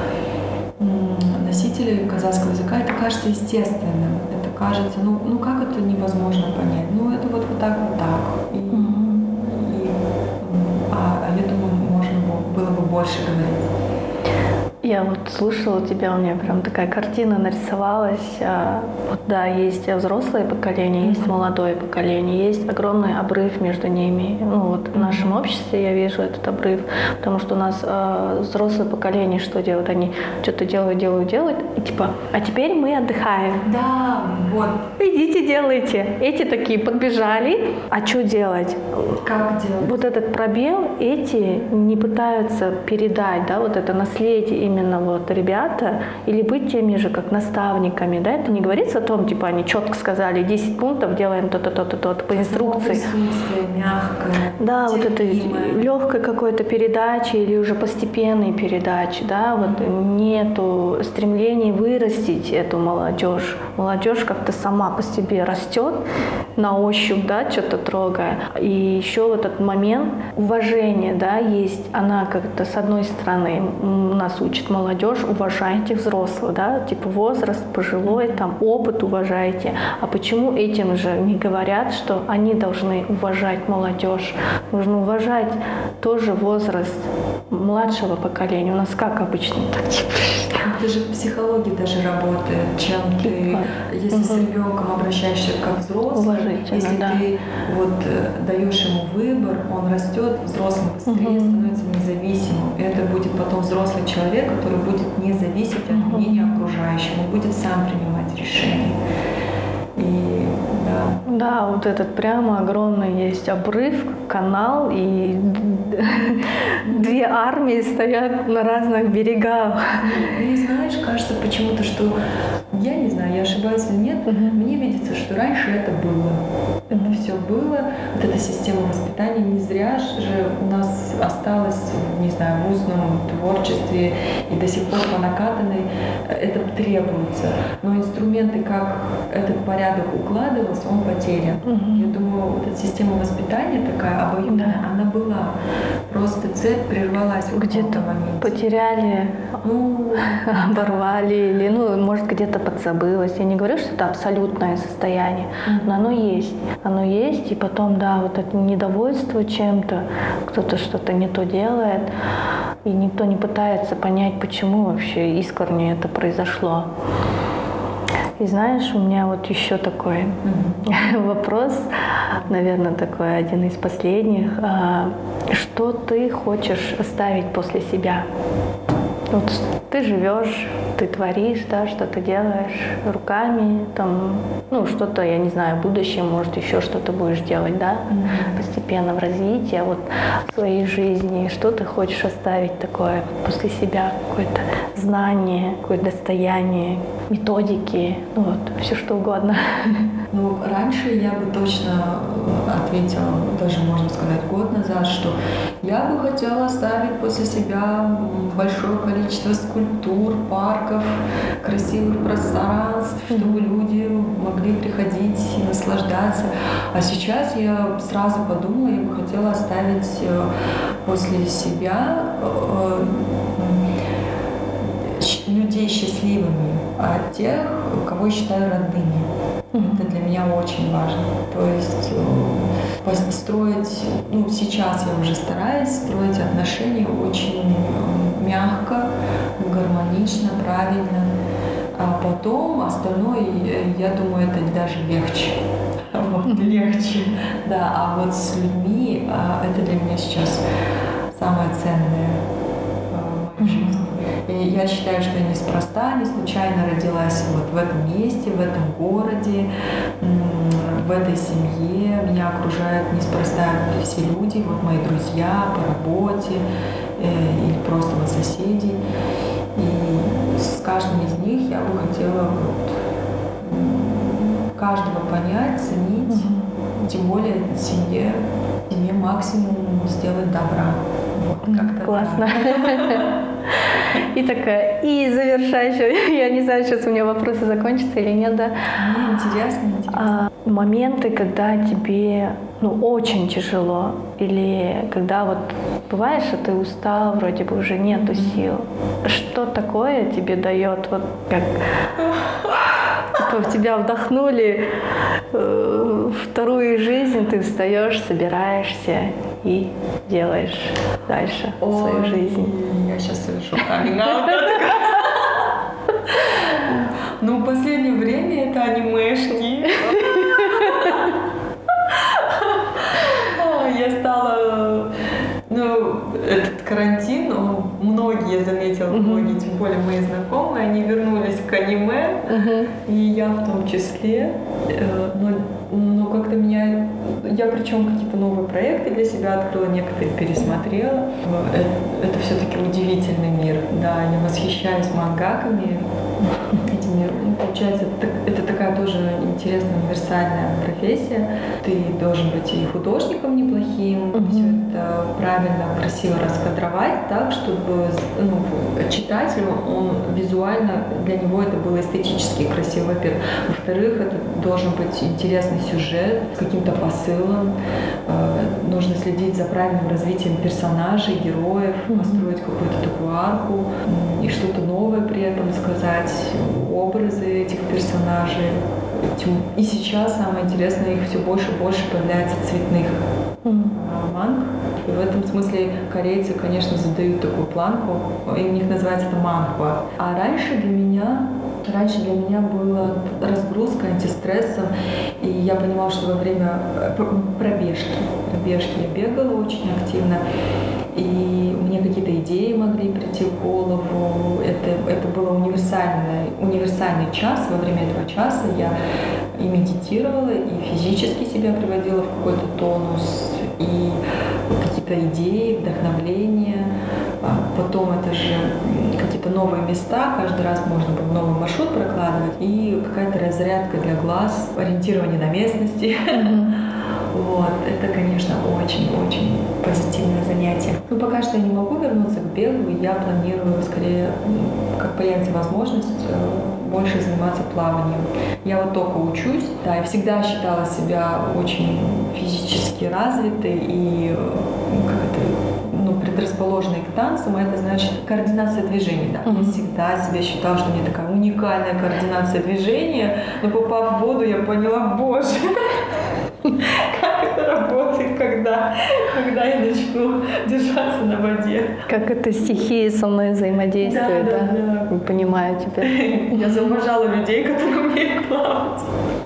носителей казахского языка это кажется естественным. Это кажется, ну, ну как это невозможно понять? Ну это вот, вот так, вот так. И, mm-hmm. и, а, а я думаю, можно было бы больше говорить. Я вот слушала тебя, у меня прям такая картина нарисовалась. Вот да, есть взрослое поколение, есть молодое поколение, есть огромный обрыв между ними. Ну вот в нашем обществе я вижу этот обрыв, потому что у нас э, взрослое поколение что делают? Они что-то делают, делают, делают, и типа, а теперь мы отдыхаем. Да, вот. Идите, делайте. Эти такие подбежали, а что делать? Как делать? Вот этот пробел эти не пытаются передать, да, вот это наследие именно вот ребята, или быть теми же, как наставниками, да, это не говорится о том, типа, они четко сказали, десять пунктов, делаем то-то, то-то, то-то, по инструкции. Присутствие мягкое. Да, вот это легкой какой-то передачи или уже постепенной передачи, да, вот нету стремления вырастить эту молодежь. Молодежь как-то сама по себе растет на ощупь, да, что-то трогая. И еще вот этот момент уважения, да, есть, она как-то с одной стороны нас учит молодежь, уважайте взрослых, да, типа возраст пожилой, там опыт уважайте. А почему этим же не говорят, что они должны уважать молодежь? Нужно уважать тоже возраст младшего поколения. У нас как обычно так? Это же в психологии даже работает, чем ты, если угу. с ребенком обращаешься как взрослый, если да. ты вот даешь ему выбор, он растет взрослым быстрее, угу. становится независимым. И это будет потом взрослый человек, который будет не зависеть от угу. мнения окружающих, он будет сам принимать решения. И да. Да, вот этот прямо огромный есть обрыв, канал, и две армии стоят на разных берегах. Мне, знаешь, кажется почему-то, что, я не знаю, я ошибаюсь или нет, uh-huh. мне видится, что раньше это было. Это все было, вот эта система воспитания, не зря же у нас осталось, не знаю, в устном творчестве и до сих пор по накатанной это требуется. Но инструменты, как этот порядок укладывался, он потерян. Uh-huh. Я думаю, вот эта система воспитания такая обоюдная, да. она была. Просто цепь прервалась в где-то моменте. Потеряли, ну, оборвали, или, ну, может, где-то подзабылось. Я не говорю, что это абсолютное состояние, uh-huh. но оно есть. Оно есть, и потом, да, вот это недовольство чем-то, кто-то что-то не то делает, и никто не пытается понять, почему вообще искренне это произошло. И знаешь, у меня вот еще такой mm-hmm. вопрос, наверное, такой один из последних. Что ты хочешь оставить после себя? Вот ты живешь, ты творишь, да, что-то делаешь руками, там, ну, что-то, я не знаю, в будущем, может, еще что-то будешь делать, да, mm-hmm. постепенно в развитии, а вот в своей жизни, что ты хочешь оставить такое после себя, какое-то знание, какое-то достояние, методики, ну вот, все что угодно. Ну, раньше я бы точно ответила, даже можно сказать, год назад, что я бы хотела оставить после себя большое количество скульптур, парков, красивых пространств, чтобы люди могли приходить и наслаждаться. А сейчас я сразу подумала, я бы хотела оставить после себя людей счастливыми, а тех, кого я считаю родными. Mm-hmm. Это для меня очень важно. То есть построить, ну сейчас я уже стараюсь строить отношения очень мягко, гармонично, правильно. А потом остальное, я думаю, это даже легче. Вот, легче. Да, а вот с людьми это для меня сейчас самое ценное в моей жизни. И я считаю, что я неспроста, не случайно родилась вот в этом месте, в этом городе, в этой семье. Меня окружают неспроста все люди, вот мои друзья по работе или просто вот соседи. И с каждым из них я бы хотела вот каждого понять, ценить, mm-hmm. тем более семье, семье максимум сделать добра. Вот, как-то классно. И такая, и завершающая, я не знаю, сейчас у меня вопросы закончатся или нет, да? Мне интересно, интересно. А, моменты, когда тебе, ну, очень тяжело, или когда вот бываешь, что ты устал, вроде бы уже нету mm-hmm. сил. Что такое тебе дает, вот как в тебя вдохнули э, вторую жизнь, ты встаешь, собираешься и делаешь дальше Ой, свою жизнь. Я сейчас совершу каминг-аут. Ну, в последнее время это анимешки. Я стала... Ну, этот карантин, он, многие, я заметила, uh-huh. многие, тем более мои знакомые, они вернулись к аниме, uh-huh. и я в том числе. Но, но как-то меня... Я причем какие-то новые проекты для себя открыла, некоторые пересмотрела. Это, это все-таки удивительный мир. Да, я восхищаюсь мангаками. Этими, ну, получается, это, это такая тоже интересная универсальная профессия. Ты должен быть и художником неплохим, uh-huh. все это правильно, красиво раскадровать так, чтобы ну, читателю он визуально, для него это было эстетически красиво, во-первых. Во-вторых, это должен быть интересный сюжет с каким-то посылом. Э, нужно следить за правильным развитием персонажей, героев, uh-huh. построить какую-то такую арку и что-то новое при этом сказать, образы этих персонажей. И сейчас самое интересное, их все больше и больше появляется цветных mm. манг. И в этом смысле корейцы, конечно, задают такую планку. И у них называется это манхва. А раньше для меня Раньше для меня была разгрузка антистрессом, и я понимала, что во время пробежки, пробежки я бегала очень активно, и мне какие-то идеи могли прийти в голову. Это, это был универсальный, универсальный час. Во время этого часа я и медитировала, и физически себя приводила в какой-то тонус, и какие-то идеи, вдохновление. Потом это же какие-то новые места, каждый раз можно было новый маршрут прокладывать, и какая-то разрядка для глаз, ориентирование на местности. Mm-hmm. Вот, это, конечно, очень-очень позитивное занятие. Но пока что я не могу вернуться к бегу, и я планирую скорее, как появится возможность, больше заниматься плаванием. Я вот только учусь, да, я всегда считала себя очень физически развитой и как это, ну, предрасположенной к танцам, а это значит координация движений. Да. Mm-hmm. Я всегда себя считала, что у меня такая уникальная координация движения, но попав в воду, я поняла, боже, как это работает, когда, когда я начну держаться на воде. Как эта стихия со мной взаимодействует, да? да, да. да. Понимаю тебя. Я зауважала людей, которые умеют плавать.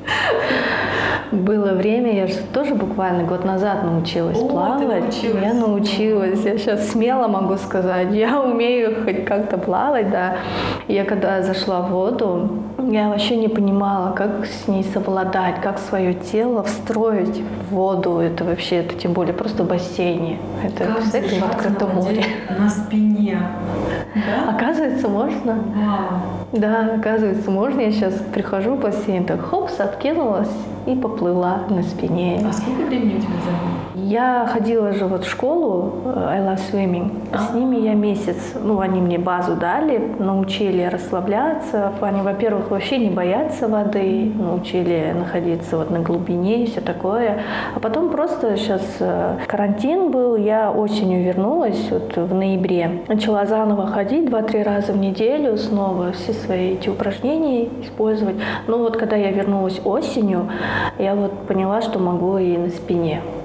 Было время, я же тоже буквально год назад научилась О, плавать. Научилась. Я научилась, я сейчас смело могу сказать, я умею хоть как-то плавать, да. Я когда зашла в воду, я вообще не понимала, как с ней совладать, как свое тело встроить в воду. Это вообще, это тем более просто в бассейне. Это как в открытом море. На спине. Да? Оказывается, можно. Вау. Да, оказывается, можно. Я сейчас прихожу в бассейн, так хопс, откинулась и поплыла на спине. А сколько времени у тебя заняло? Я ходила же вот в школу I Love Swimming. С ними я месяц, ну, они мне базу дали, научили расслабляться. Они, во-первых, вообще не боятся воды, научили находиться вот на глубине и все такое. А потом просто сейчас карантин был, я осенью вернулась, вот в ноябре. Начала заново ходить два-три раза в неделю, снова все свои эти упражнения использовать. Но вот когда я вернулась осенью, я вот поняла, что могу и на спине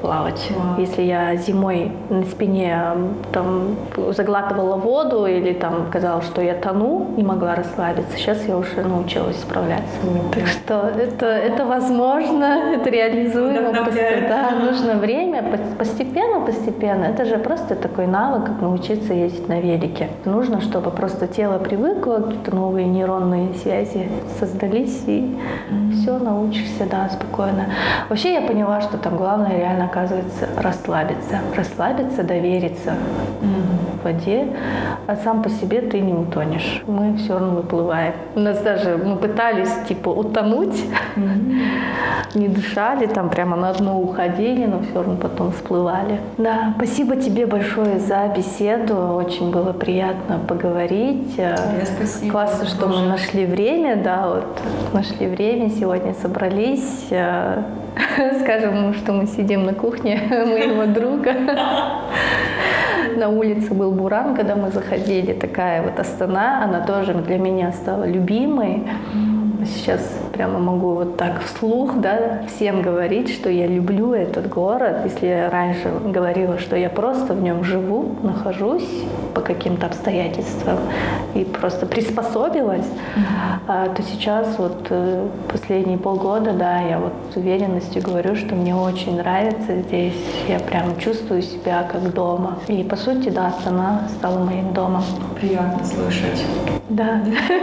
плавать. Wow. Если я зимой на спине там заглатывала воду или там казалось, что я тону, не могла расслабиться, сейчас я уже научилась справляться. Mm-hmm. Так что это, это возможно, это реализуемо. Просто, да, нужно время, постепенно, постепенно. Это же просто такой навык, как научиться ездить на велике. Нужно, чтобы просто тело привыкло, какие-то новые нейронные связи создались, и mm-hmm. все, научишься, да, спокойно. Вообще я поняла, что там главное реально, оказывается, расслабиться. Расслабиться, довериться mm-hmm. в воде, а сам по себе ты не утонешь. Мы все равно выплываем. У нас даже, мы пытались, типа, утонуть, mm-hmm. не дышали, там прямо на дно уходили, но все равно потом всплывали. Да, спасибо тебе большое за беседу, очень было приятно поговорить. Тебе спасибо. Классно, что мы нашли время, да, вот нашли время, сегодня собрались. Скажем, что мы сидим на кухне моего друга. На улице был буран, когда мы заходили, такая вот Астана, она тоже для меня стала любимой. Сейчас прямо могу вот так вслух, да, всем говорить, что я люблю этот город. Если я раньше говорила, что я просто в нем живу, нахожусь по каким-то обстоятельствам и просто приспособилась, mm-hmm. то сейчас вот последние полгода, да, я вот с уверенностью говорю, что мне очень нравится здесь. Я прям чувствую себя как дома. И по сути, да, Астана стала моим домом. Приятно слышать. Да.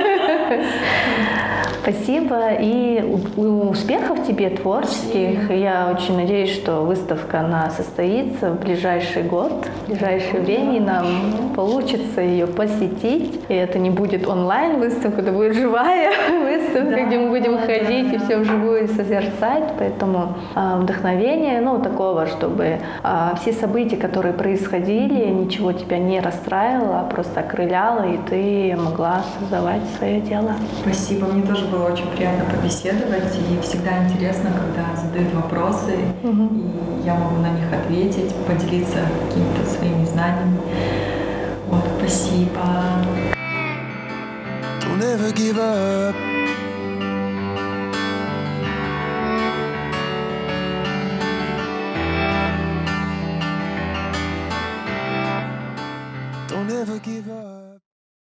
Спасибо и успехов тебе творческих. Спасибо. Я очень надеюсь, что выставка она состоится в ближайший год, в ближайшее время, и нам получится ее посетить. И это не будет онлайн-выставка, это будет живая выставка, да, где мы будем да, ходить да, и все вживую созерцать. Поэтому а, вдохновение, ну, такого, чтобы а, все события, которые происходили, ничего тебя не расстраивало, а просто окрыляло, и ты могла создавать свое дело. Спасибо, мне тоже было очень приятно побеседовать, и всегда интересно, когда задают вопросы, угу. и я могу на них ответить, поделиться какими-то своими знаниями. Вот, спасибо. Don't ever give up.